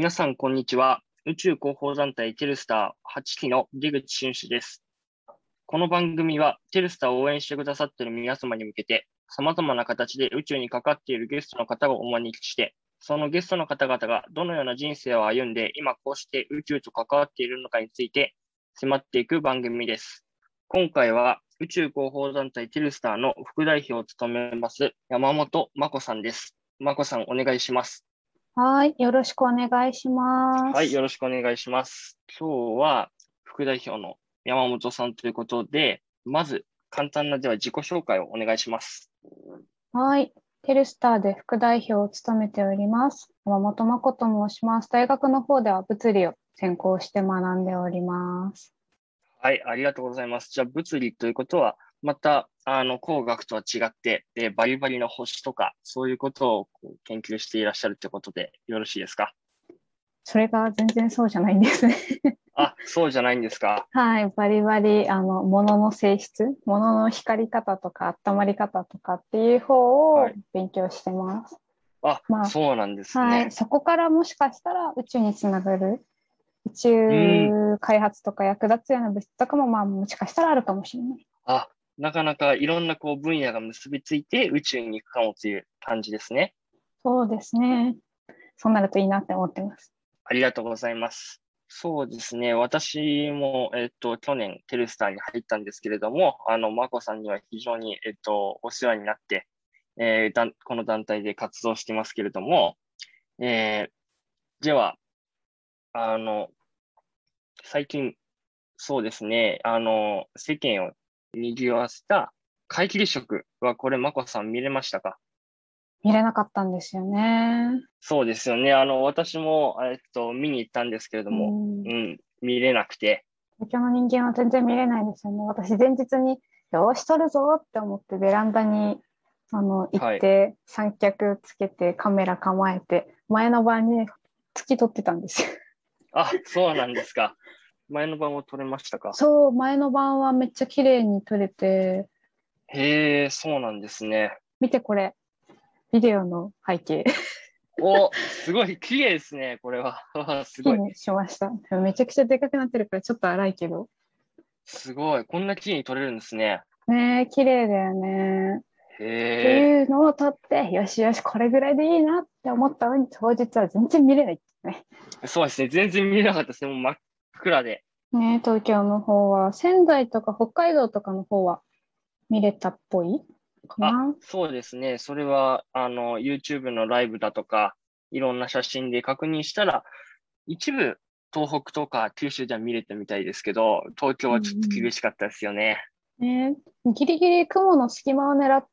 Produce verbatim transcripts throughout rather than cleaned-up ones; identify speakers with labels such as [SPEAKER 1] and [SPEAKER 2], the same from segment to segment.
[SPEAKER 1] 皆さん、こんにちは。宇宙広報団体テルスターはちきの出口俊志です。この番組は、テルスターを応援してくださっている皆様に向けて、様々な形で宇宙に関わっているゲストの方をお招きして、そのゲストの方々がどのような人生を歩んで、今こうして宇宙と関わっているのかについて迫っていく番組です。今回は、宇宙広報団体テルスターの副代表を務めます、山本真子さんです。真子さん、お願いします。
[SPEAKER 2] はい、よろしくお願いしま
[SPEAKER 1] はい、よ
[SPEAKER 2] す。
[SPEAKER 1] ろしくお願いします。今日は副代表の山本さんということで、まず簡単なでは自己紹介をお願いします。
[SPEAKER 2] はい、テルスターで副代表を務めております。山本真子と申します。大学の方では物理を専攻して学んでおります。
[SPEAKER 1] はい、ありがとうございます。じゃあ物理ということは、またあの工学とは違って、でバリバリの星とかそういうことをこう研究していらっしゃるということでよろしいですか？
[SPEAKER 2] それが全然そうじゃないんですね。
[SPEAKER 1] あ、そうじゃないんですか。
[SPEAKER 2] はい、バリバリ、あの、物の性質、物の光り方とか温まり方とかっていう方を
[SPEAKER 1] はい。
[SPEAKER 2] 勉強してます。
[SPEAKER 1] あ、
[SPEAKER 2] ま
[SPEAKER 1] そうなんで
[SPEAKER 2] あ、はい、
[SPEAKER 1] すね。
[SPEAKER 2] そこからもしかしたら宇宙につながる宇
[SPEAKER 1] うん。
[SPEAKER 2] 宙開発とか役立つような物質とかも、まあ、もしかしたらあるかもしれない。
[SPEAKER 1] あ、なかなかいろんなこう分野が結びついて宇宙に行くかもという感じですね。
[SPEAKER 2] そうですね。そうなるといいなって思ってます。
[SPEAKER 1] ありがとうございます。そうですね。私も、えっと、去年、テルスターに入ったんですけれども、あの、マコさんには非常に、えっと、お世話になって、えーだんこの団体で活動してますけれども、えーでは、あの、最近、そうですね、あの、世間を賑わせた皆既月食は、これ、マコさん見れましたか？
[SPEAKER 2] 見れなかったんですよね。
[SPEAKER 1] そうですよね。あの、私も、えっと、見に行ったんですけれど
[SPEAKER 2] う
[SPEAKER 1] も、
[SPEAKER 2] ん。
[SPEAKER 1] うん、見れなくて、
[SPEAKER 2] 東京の人間は全然見れないですよね。私、前日に、よし、撮るぞって思ってベランダにあの行っ
[SPEAKER 1] はい。
[SPEAKER 2] て、三脚つけて、カメラ構えて、前の晩に月撮ってたんですよ。
[SPEAKER 1] あ、そうなんですか。前の晩を取れましたか？
[SPEAKER 2] そう、前の晩はめっちゃ綺麗に撮れて、
[SPEAKER 1] へえ、そうなんですね。
[SPEAKER 2] 見てこれ、ビデオの背景。
[SPEAKER 1] お、すごい綺麗ですね、これは。わあすごい。
[SPEAKER 2] 月にしました。めちゃくちゃでかくなってるからちょっと荒いけど。
[SPEAKER 1] すごい。こんな綺麗に撮れるんですね。
[SPEAKER 2] ねえ、綺麗だよね。
[SPEAKER 1] へ
[SPEAKER 2] って
[SPEAKER 1] え。
[SPEAKER 2] いうのを撮って、よしよし、これぐらいでいいなって思ったのに、当日は全然見れないですね。
[SPEAKER 1] そうですね。全然見れなかったですね。もう真っ暗で。
[SPEAKER 2] ねえ、東京の方は、仙台とか北海道とかの方は見れたっぽいか
[SPEAKER 1] あ、
[SPEAKER 2] な。
[SPEAKER 1] そうですね。それは、あの、YouTube のライブだとか、いろんな写真で確認したら、一部、東北とか九州では見れたみたいですけど、東京
[SPEAKER 2] う
[SPEAKER 1] はちょっと
[SPEAKER 2] ん
[SPEAKER 1] 厳しかったですよね。
[SPEAKER 2] うん、ねえ、ギリギリ雲の隙間を狙って、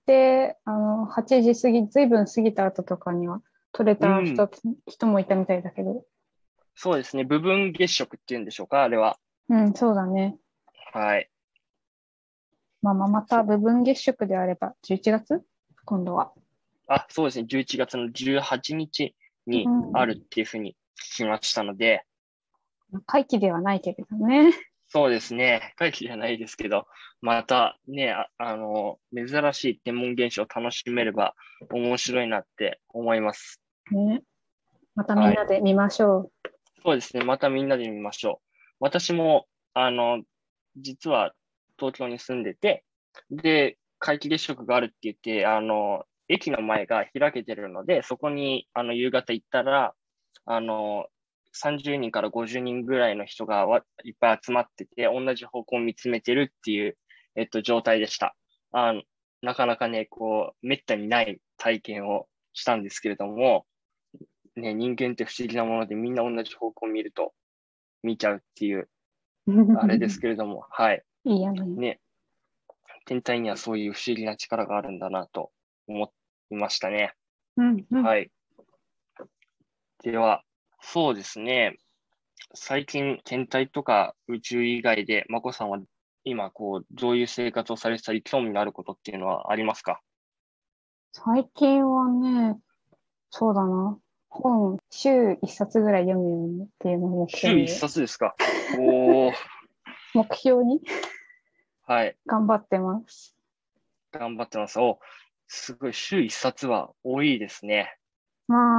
[SPEAKER 2] あの、はちじ過ぎ、ずいぶん過ぎた後とかには撮れ
[SPEAKER 1] うん。
[SPEAKER 2] た人、人もいたみたいだけど。
[SPEAKER 1] そうですね。部分月食っていうんでしょうか、あれは。
[SPEAKER 2] うん、そうだね。
[SPEAKER 1] はい。
[SPEAKER 2] まあまあ、また
[SPEAKER 1] そう。
[SPEAKER 2] 部分月食であれば、じゅういちがつ今度は。
[SPEAKER 1] あ、そうですね。じゅういちがつのじゅうはちにちに
[SPEAKER 2] うん。
[SPEAKER 1] あるっていうふうに聞きましたので、
[SPEAKER 2] 回帰ではないけれどね。
[SPEAKER 1] そうですね。会期じゃないですけど、またね、あ、あの、珍しい天文現象を楽しめれば面白いなって思います。
[SPEAKER 2] ね。またみ
[SPEAKER 1] はい。
[SPEAKER 2] んなで見ましょ
[SPEAKER 1] そうですね。またみんなで見ましょう。私も、あの、実は東京に住んでて、で、皆既月食があるって言って、あの、駅の前が開けてるので、そこに、あの、夕方行ったら、あの、さんじゅうにんからごじゅうにんぐらいの人がわいっぱい集まってて、同じ方向を見つめてるっていう、えっと、状態でした。あの、なかなかね、こう、めったにない体験をしたんですけれども、ね、人間って不思議なものでみんな同じ方向を見ると見ちゃうっていう、
[SPEAKER 2] う。
[SPEAKER 1] あれですけれども、はい。
[SPEAKER 2] いいよね。
[SPEAKER 1] ね、天体にはそういう不思議な力があるんだなと思いましたね。
[SPEAKER 2] うんうん。
[SPEAKER 1] はい。では、そうですね。最近、天体とか宇宙以外で、まこさんは今、こう、どういう生活をされてたり、興味のあることっていうのはありますか？
[SPEAKER 2] 最近はね、そうだな。本、週一冊ぐらい読むようにっていうのを目標
[SPEAKER 1] 週一
[SPEAKER 2] に、
[SPEAKER 1] 冊ですか？おー、
[SPEAKER 2] 目標に
[SPEAKER 1] はい。
[SPEAKER 2] 頑張ってます。
[SPEAKER 1] 頑張ってます。お、すごい、週一冊は多いですね。
[SPEAKER 2] まあ、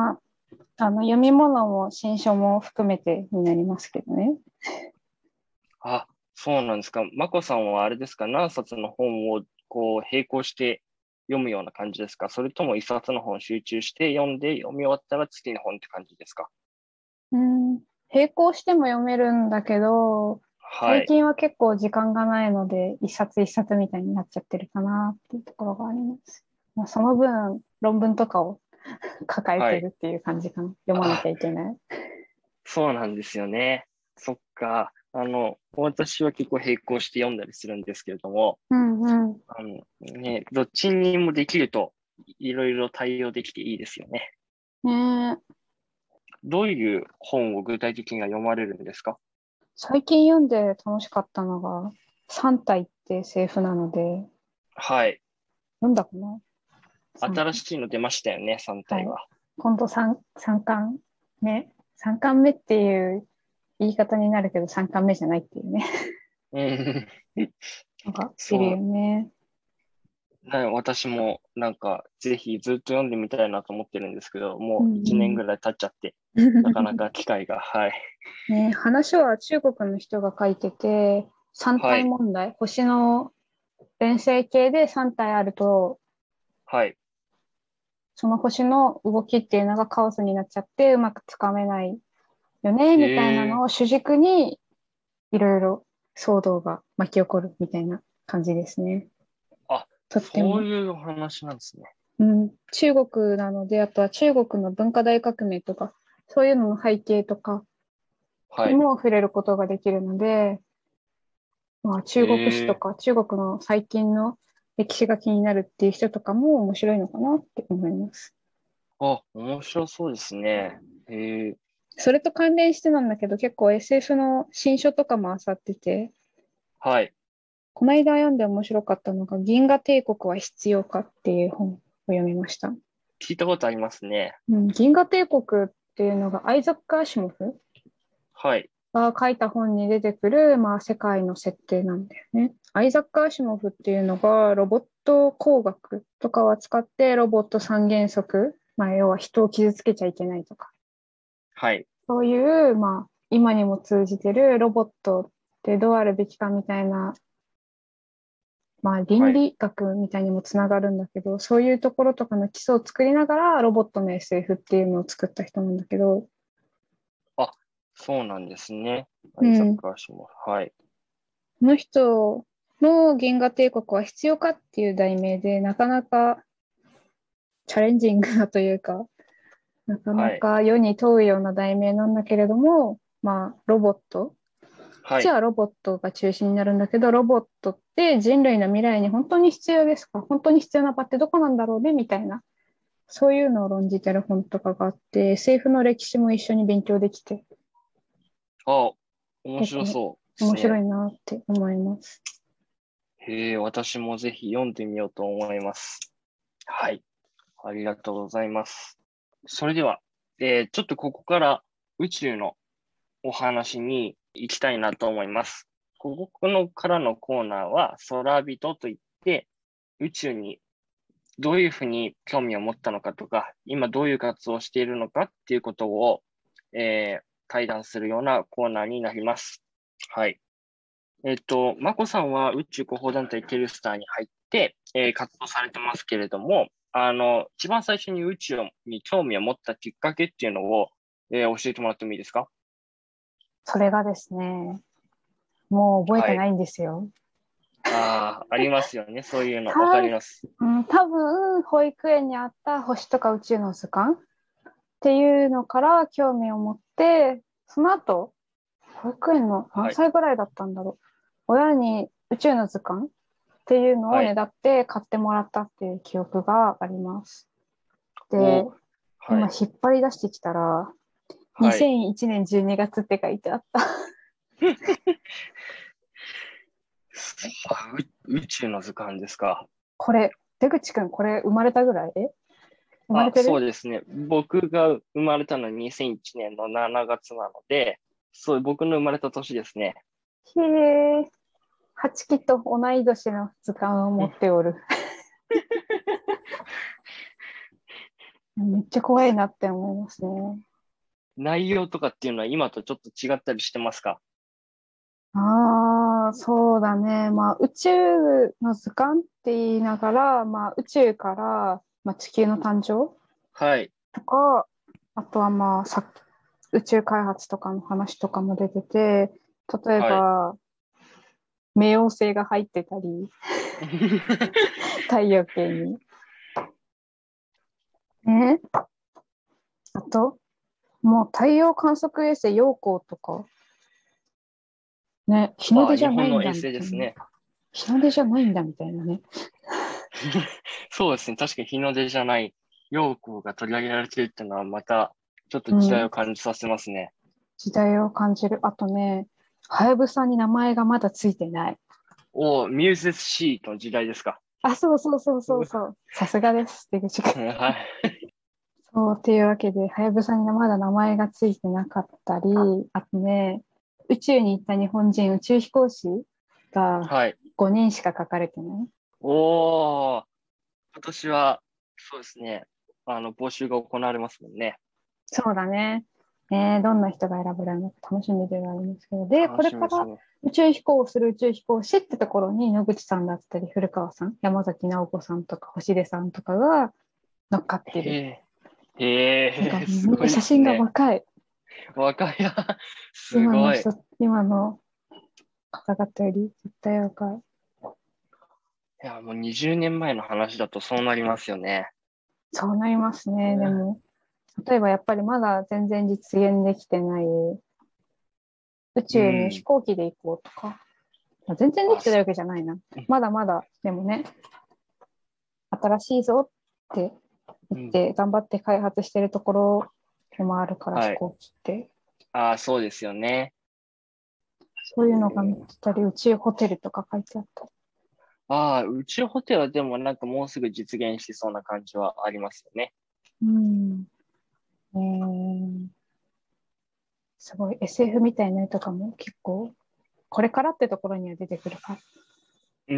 [SPEAKER 2] あの読み物も新書も含めてになりますけどね。
[SPEAKER 1] あ、そうなんですか。まこさんはあれですか、何冊の本をこう並行して読むような感じですか？それとも一冊の本集中して読んで読み終わったら次の本って感じですか？
[SPEAKER 2] うん、並行しても読めるんだけど、
[SPEAKER 1] はい。
[SPEAKER 2] 最近は結構時間がないので、一冊一冊みたいになっちゃってるかなっていうところがあります。まあ、その分、論文とかを抱え
[SPEAKER 1] はい。
[SPEAKER 2] てるっていう感じかな。読まなき
[SPEAKER 1] あ、
[SPEAKER 2] ゃいけない。
[SPEAKER 1] そうなんですよね。そっか。あの、私は結構並行して読んだりするんですけれども、
[SPEAKER 2] うんうん。
[SPEAKER 1] あの、ね、どっちにもできると、いろいろ対応できていいですよね。
[SPEAKER 2] ねえ、
[SPEAKER 1] どういう本を具体的には読まれるんですか？
[SPEAKER 2] 最近読んで楽しかったのが、さん体って エスエフ なので、
[SPEAKER 1] はい。
[SPEAKER 2] 読んだかな？ さん 体。
[SPEAKER 1] 新しいの出ましたよね、さん
[SPEAKER 2] はい。
[SPEAKER 1] 体は。
[SPEAKER 2] 今度さん、三巻目 ?さん 巻目っていう言い方になるけど、さん巻目じゃないっていうね。
[SPEAKER 1] うん。
[SPEAKER 2] のがいるよ
[SPEAKER 1] そう。
[SPEAKER 2] ね。
[SPEAKER 1] な私もなんかぜひずっと読んでみたいなと思ってるんですけど、
[SPEAKER 2] う
[SPEAKER 1] もういちねん
[SPEAKER 2] ん
[SPEAKER 1] ぐらい経っちゃって、
[SPEAKER 2] うん。
[SPEAKER 1] なかなか機会が、はい。
[SPEAKER 2] ね、話は中国の人が書いてて、三
[SPEAKER 1] はい。
[SPEAKER 2] 体問題、星の連星系でさん体あると、
[SPEAKER 1] はい。
[SPEAKER 2] その星の動きっていうのがカオスになっちゃってうまくつかめないよね、
[SPEAKER 1] へ
[SPEAKER 2] みたいなの
[SPEAKER 1] え。
[SPEAKER 2] を主軸にいろいろ騒動が巻き起こるみたいな感じですね。
[SPEAKER 1] あ、
[SPEAKER 2] とっても。
[SPEAKER 1] そういうお話なんですね。
[SPEAKER 2] うん、中国なので、あとは中国の文化大革命とか、そういうのの背景とか
[SPEAKER 1] はい。
[SPEAKER 2] にも触れることができるので、まあ、中国史
[SPEAKER 1] へえ。
[SPEAKER 2] とか中国の最近の歴史が気になるっていう人とかも面白いのかなって思います。
[SPEAKER 1] あ、面白そうですね。へえ。
[SPEAKER 2] それと関連してなんだけど、結構 エスエフ の新書とかも漁ってて、
[SPEAKER 1] はい。
[SPEAKER 2] この間読んで面白かったのが、銀河帝国は必要かっていう本を読みました。
[SPEAKER 1] 聞いたことありますね。
[SPEAKER 2] うん、銀河帝国っていうのがアイザック・アシモフ
[SPEAKER 1] はい。
[SPEAKER 2] が書いた本に出てくる、まあ、世界の設定なんだよね。アイザック・アシモフっていうのがロボット工学とかを扱ってロボット三原則、まあ、要は人を傷つけちゃいけないとか、
[SPEAKER 1] はい。
[SPEAKER 2] そういう、まあ、今にも通じてるロボットってどうあるべきかみたいな、まあ、倫
[SPEAKER 1] はい。
[SPEAKER 2] 理学みたいにもつながるんだけど、そういうところとかの基礎を作りながらロボットの エスエフ っていうのを作った人なんだけど、
[SPEAKER 1] あ、そうなんですね。アイザッ
[SPEAKER 2] うん、
[SPEAKER 1] ク・アシモフ。はい。
[SPEAKER 2] この人の銀河帝国は必要かっていう題名で、なかなかチャレンジングなというか、なかな
[SPEAKER 1] はい。
[SPEAKER 2] か世に問うような題名なんだけれども、まあ、ロボット。
[SPEAKER 1] はい。
[SPEAKER 2] じゃあロボットが中心になるんだけど、ロボットって人類の未来に本当に必要ですか？本当に必要な場ってどこなんだろうねみたいな、そういうのを論じてる本とかがあって、政府の歴史も一緒に勉強できて、
[SPEAKER 1] あ、面
[SPEAKER 2] 結構
[SPEAKER 1] 白そうですね。
[SPEAKER 2] 面白いなって思います。
[SPEAKER 1] へえ、私もぜひ読んでみようと思います。はい。ありがとうございます。それでは、えーちょっとここから宇宙のお話に行きたいなと思います。ここのからのコーナーは、空人といって、宇宙にどういうふうに興味を持ったのかとか、今どういう活動をしているのかっていうことを、えー対談するようなコーナーになります。はい。えっと、マコさんは宇宙広報団体テルスターに入って、えー活動されてますけれども、あの、一番最初に宇宙に興味を持ったきっかけっていうのを、えー教えてもらってもいいですか？
[SPEAKER 2] それがですね、もう覚えて
[SPEAKER 1] はい。
[SPEAKER 2] ないんですよ。
[SPEAKER 1] ああ、ありますよね。そういうの。
[SPEAKER 2] た、
[SPEAKER 1] わかります。
[SPEAKER 2] うん、多分、保育園にあった星とか宇宙の図鑑っていうのから興味を持って、その後、保育園の何
[SPEAKER 1] はい。
[SPEAKER 2] 歳ぐらいだったんだろう。親に宇宙の図鑑っていうのを
[SPEAKER 1] はい。
[SPEAKER 2] ねだって買ってもらったっていう記憶があります。で、
[SPEAKER 1] お、はい。
[SPEAKER 2] 今引っ張り出してきたら、
[SPEAKER 1] はい。
[SPEAKER 2] にせんいちねんじゅうにがつって書いてあった。
[SPEAKER 1] あう宇宙の図鑑ですか？
[SPEAKER 2] これ、出口くん、これ生まれたぐらい？え生まれ
[SPEAKER 1] あ、
[SPEAKER 2] てる？
[SPEAKER 1] そうですね。僕が生まれたのはにせんいちねんのしちがつなので、そう、僕の生まれた年ですね。
[SPEAKER 2] へえ、はちきと同い年の図鑑を持っておる。 めっちゃ怖いなって思いますね。
[SPEAKER 1] 内容とかっていうのは今とちょっと違ったりしてますか？
[SPEAKER 2] ああ、そうだね。まあ、宇宙の図鑑って言いながら、まあ、宇宙から、まあ、地球の誕生
[SPEAKER 1] はい。
[SPEAKER 2] とか、あとはまあ、さ、宇宙開発とかの話とかも出てて、例え
[SPEAKER 1] はい。
[SPEAKER 2] ば、冥王星が入ってたり、太陽系に。ね。あと、もう太陽観測衛星陽光とか、ね、日の
[SPEAKER 1] ああ、
[SPEAKER 2] 出じ
[SPEAKER 1] 日本の衛
[SPEAKER 2] ゃないんだみたいな。
[SPEAKER 1] 星ですね。
[SPEAKER 2] 日の出じゃないんだみたいなね。
[SPEAKER 1] そうですね。確かに日の出じゃない陽光が取り上げられてるっていうのはまたちょっと時代を
[SPEAKER 2] うん。
[SPEAKER 1] 感じさせますね。
[SPEAKER 2] 時代を感じる。あとね、はやぶさに名前がまだついてない。
[SPEAKER 1] お、ミューゼスシーの時代ですか。
[SPEAKER 2] あ、そうそうそうそう
[SPEAKER 1] う
[SPEAKER 2] そう。さすがです。出口君。
[SPEAKER 1] はい。
[SPEAKER 2] そう、っていうわけで、はやぶさにまだ名前がついてなかったり、あとね、宇宙に行った日本人宇宙飛行士が
[SPEAKER 1] はい。
[SPEAKER 2] ごにんしか書かれてない。
[SPEAKER 1] おー、今年は、そうですね。あの、募集が行われますもんね。
[SPEAKER 2] そうだね。ね、どんな人が選ばれるのか楽しみではありますけど。で、こ
[SPEAKER 1] 楽
[SPEAKER 2] れから
[SPEAKER 1] しみですね。
[SPEAKER 2] 宇宙飛行をする宇宙飛行士ってところに野口さんだったり、古川さん、山崎直子さんとか星出さんとかが乗っかってる。
[SPEAKER 1] へえ、へ
[SPEAKER 2] なんか
[SPEAKER 1] え、すごいで
[SPEAKER 2] みんな写真が
[SPEAKER 1] すね。
[SPEAKER 2] 若い。
[SPEAKER 1] 若いな。すごい。
[SPEAKER 2] 今の人、今の方々より絶対若い。
[SPEAKER 1] いや、もうにじゅうねんまえの話だとそうなりますよね。
[SPEAKER 2] そうなりますね。で
[SPEAKER 1] うん。
[SPEAKER 2] も、例えばやっぱりまだ全然実現できてない宇宙に飛
[SPEAKER 1] うん。
[SPEAKER 2] 行機で行こうとか、まあ全然で
[SPEAKER 1] あ、す
[SPEAKER 2] きてないわけじゃないな。まだまだ、でもね、新しいぞって
[SPEAKER 1] うん。
[SPEAKER 2] 言って頑張って開発してるところでもあるから飛
[SPEAKER 1] はい。
[SPEAKER 2] 行機って、
[SPEAKER 1] あ、そうですよね。
[SPEAKER 2] そういうのが載っ
[SPEAKER 1] えー
[SPEAKER 2] てたり、宇宙ホテルとか書いてあったり。
[SPEAKER 1] ああ、宇宙ホテルはでもなんかもうすぐ実現しそうな感じはありますよね。
[SPEAKER 2] うん。えー、すごい エスエフ みたいな絵とかも結構、これからってところには出てくるから、
[SPEAKER 1] うん。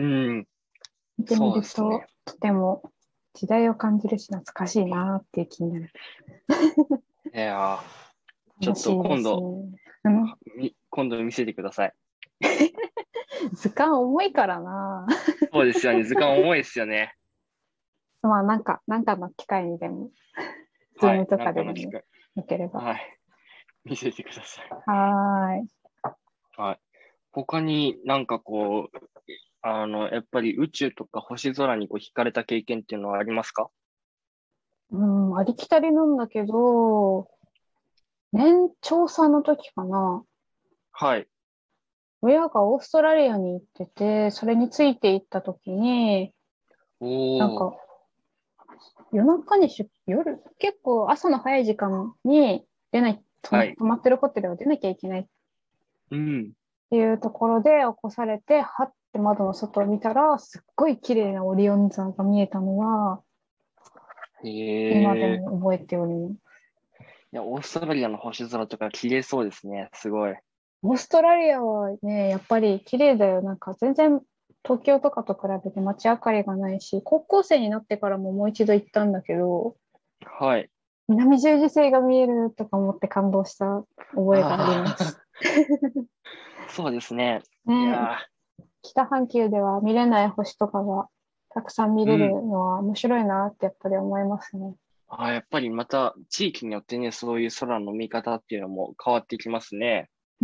[SPEAKER 2] 見てみ
[SPEAKER 1] そうですね。
[SPEAKER 2] ると、とても時代を感じるし懐かしいなっていう気になる。
[SPEAKER 1] いやー、ちょっと
[SPEAKER 2] 楽しいですね。
[SPEAKER 1] 今度、
[SPEAKER 2] うん。
[SPEAKER 1] み今度見せてください。
[SPEAKER 2] 図鑑重いからな。
[SPEAKER 1] そうですよね。図鑑重いですよね。
[SPEAKER 2] まあなんか、なんかの機会にでも、ズー
[SPEAKER 1] はい。
[SPEAKER 2] ムと
[SPEAKER 1] なん
[SPEAKER 2] かででも、
[SPEAKER 1] かの機会。
[SPEAKER 2] よければ。
[SPEAKER 1] はい。見せてください。
[SPEAKER 2] はーい。
[SPEAKER 1] はい。他になんかこう、あの、やっぱり宇宙とか星空にこう惹かれた経験っていうのはありますか？
[SPEAKER 2] うん、ありきたりなんだけど、年長さんの時かな。
[SPEAKER 1] はい。親
[SPEAKER 2] 親がオーストラリアに行ってて、それについて行った時に、なん
[SPEAKER 1] おー。
[SPEAKER 2] か夜中に出、夜、結構朝の早い時間に出ない、泊ま、
[SPEAKER 1] はい。
[SPEAKER 2] 泊まってるホテルを出なきゃいけないっ
[SPEAKER 1] うん。
[SPEAKER 2] ていうところで起こされて、はって窓の外を見たら、すっごい綺麗なオリオン座が見えたのは、
[SPEAKER 1] へ
[SPEAKER 2] 今で
[SPEAKER 1] え。
[SPEAKER 2] も覚えております。
[SPEAKER 1] いや、オーストラリアの星空とか綺麗そうですね。すごい。
[SPEAKER 2] オーストラリアはね、やっぱり綺麗だよ。なんか全然東京とかと比べて街明かりがないし、高校生になってからももう一度行ったんだけど、
[SPEAKER 1] はい。
[SPEAKER 2] 南十字星が見えるとか思って感動した覚えがありま
[SPEAKER 1] ああ、
[SPEAKER 2] す。
[SPEAKER 1] そうですね。い
[SPEAKER 2] ね、
[SPEAKER 1] や
[SPEAKER 2] 北半球では見れない星とかがたくさん見
[SPEAKER 1] ー、う
[SPEAKER 2] れる
[SPEAKER 1] ん。
[SPEAKER 2] のは面白いなってやっぱり思いますね。
[SPEAKER 1] あー、やっぱりまた地域によってね、そういう空の見方っていうのも変わってきますね。
[SPEAKER 2] うん。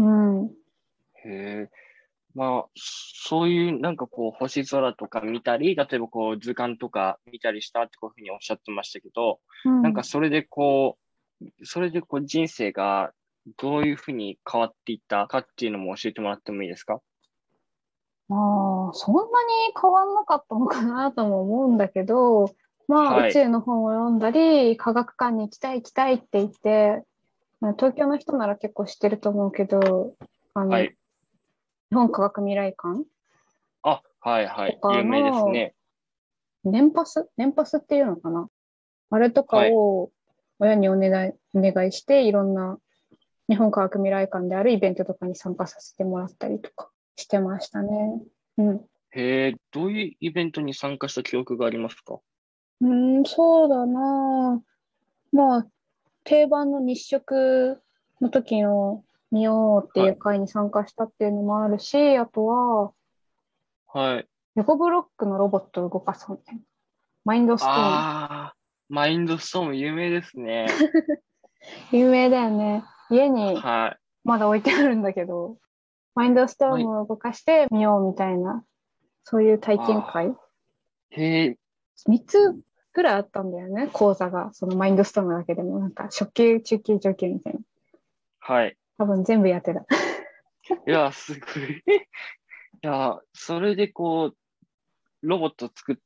[SPEAKER 1] へえ。まあ、そういうなんかこう星空とか見たり、例えばこう図鑑とか見たりしたってこういうふうにおっしゃってましたけど、なんか
[SPEAKER 2] うん。
[SPEAKER 1] それでこう、それでこう人生がどういうふうに変わっていったかっていうのも教えてもらってもいいですか？
[SPEAKER 2] まあ、そんなに変わんなかったのかなとも思うんだけど、まあ、宇
[SPEAKER 1] はい。
[SPEAKER 2] 宙の本を読んだり、科学館に行きたい行きたいって言って、まあ東京の人なら結構知ってると思うけど、あの、
[SPEAKER 1] はい。
[SPEAKER 2] 日本科学未来館
[SPEAKER 1] あ、はいはい。
[SPEAKER 2] とか
[SPEAKER 1] 有名です
[SPEAKER 2] の
[SPEAKER 1] ね。
[SPEAKER 2] 年パス年パスっていうのかな、あれとか
[SPEAKER 1] はい。
[SPEAKER 2] を親にお願い、お願いして、いろんな日本科学未来館であるイベントとかに参加させてもらったりとかしてましたね。うん。
[SPEAKER 1] へえ、どういうイベントに参加した記憶がありますか？
[SPEAKER 2] うん、そうだな。 まあ、定番の日食の時の見ようってい
[SPEAKER 1] はい。
[SPEAKER 2] う会に参加したっていうのもあるし、あとは、
[SPEAKER 1] はい。
[SPEAKER 2] 横ブロックのロボットを動かすみたいな。マインドストーム。
[SPEAKER 1] ああ、マインドストーム有名ですね。
[SPEAKER 2] 有名だよね。家に
[SPEAKER 1] は
[SPEAKER 2] まだ置いてあるんだけど、マインドスト
[SPEAKER 1] い。
[SPEAKER 2] ー
[SPEAKER 1] マイ、
[SPEAKER 2] ムを動かしてみようみたいな、そういう体験
[SPEAKER 1] ああ、
[SPEAKER 2] 会。
[SPEAKER 1] へえ、
[SPEAKER 2] みっつぐらいあったんだよね、講座が。そのマインドストームだけでも、なんか初級、中級、上級みたいな。
[SPEAKER 1] はい。
[SPEAKER 2] 多分全部やってた。
[SPEAKER 1] いや、すごい。いや、それでこう、ロボット作って、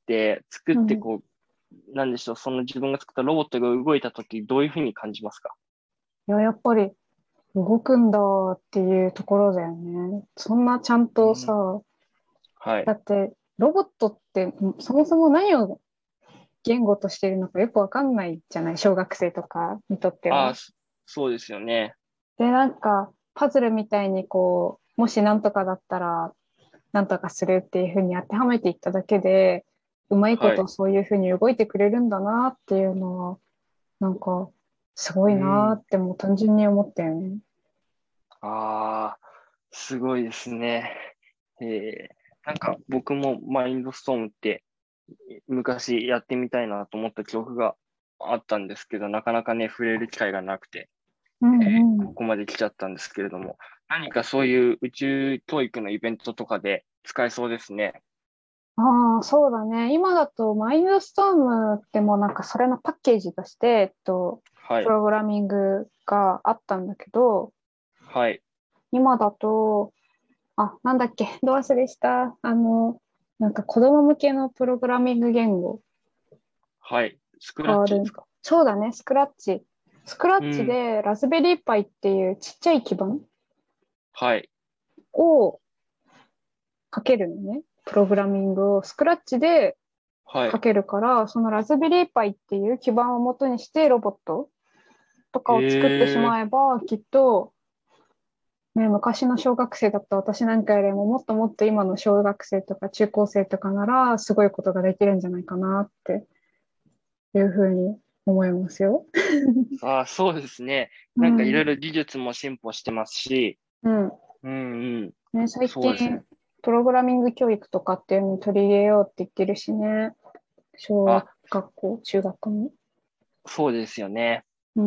[SPEAKER 1] 作っ
[SPEAKER 2] うん。
[SPEAKER 1] てこう、なんでしょう、その自分が作ったロボットが動いたとき、どういうふうに感じますか？
[SPEAKER 2] いや、やっぱり動くんだっていうところだよね。そんなちゃんとさ、
[SPEAKER 1] うん。はい。
[SPEAKER 2] だってロボットってそもそも何を言語としているのかよくわかんないじゃない、小学生とかにとって
[SPEAKER 1] ああ、
[SPEAKER 2] は。
[SPEAKER 1] そそうですよね。
[SPEAKER 2] で、なんかパズルみたいにこう、もしなんとかだったらなんとかするっていうふうに当てはめていっただけで、うまいこ
[SPEAKER 1] はい。
[SPEAKER 2] とそういうふうに動いてくれるんだなっていうのは、なんかすごいな
[SPEAKER 1] うん。
[SPEAKER 2] ってもう単純に思ったよね。
[SPEAKER 1] ああ、すごいですね。えー、なんか僕もマインドストームって昔やってみたいなと思った記憶があったんですけど、なかなかね、触れる機会がなくて、
[SPEAKER 2] う
[SPEAKER 1] えー
[SPEAKER 2] んうん。
[SPEAKER 1] ここまで来ちゃったんですけれども、何かそういう宇宙教育のイベントとかで使えそうですね。
[SPEAKER 2] ああ、そうだね。今だとマインドストームってもうなんかそれのパッケージとして、えっと、
[SPEAKER 1] はい。
[SPEAKER 2] プログラミングがあったんだけど、
[SPEAKER 1] はい。
[SPEAKER 2] 今だと、あ、なんだっけ、ど忘れした。あの、なんか子供向けのプログラミング言語
[SPEAKER 1] はい。スク
[SPEAKER 2] 変わる。
[SPEAKER 1] ラッチですか？
[SPEAKER 2] そうだね、スクラッチ。スクラッチ
[SPEAKER 1] うん。
[SPEAKER 2] でラズベリーパイっていうちっちゃい基板
[SPEAKER 1] はい。
[SPEAKER 2] をかけるのね。プログラミングをスクラッチで
[SPEAKER 1] はい。
[SPEAKER 2] かけるから、そのラズベリーパイっていう基板を元にしてロボットとかを作ってし
[SPEAKER 1] へえ。
[SPEAKER 2] まえば、きっと、ね、昔の小学生だった私なんかよりももっともっと今の小学生とか中高生とかならすごいことができるんじゃないかなっていうふうに思いますよ。
[SPEAKER 1] ああ、そうですね。
[SPEAKER 2] うん。
[SPEAKER 1] なんかいろいろ技術も進歩してますし、
[SPEAKER 2] うん。
[SPEAKER 1] うんうん。
[SPEAKER 2] ね、最近、
[SPEAKER 1] そうですね。
[SPEAKER 2] プログラミング教育とかっていうのに取り入れようって言ってるしね。小
[SPEAKER 1] あ、
[SPEAKER 2] 学校、中学校に。
[SPEAKER 1] そうですよね。
[SPEAKER 2] うん。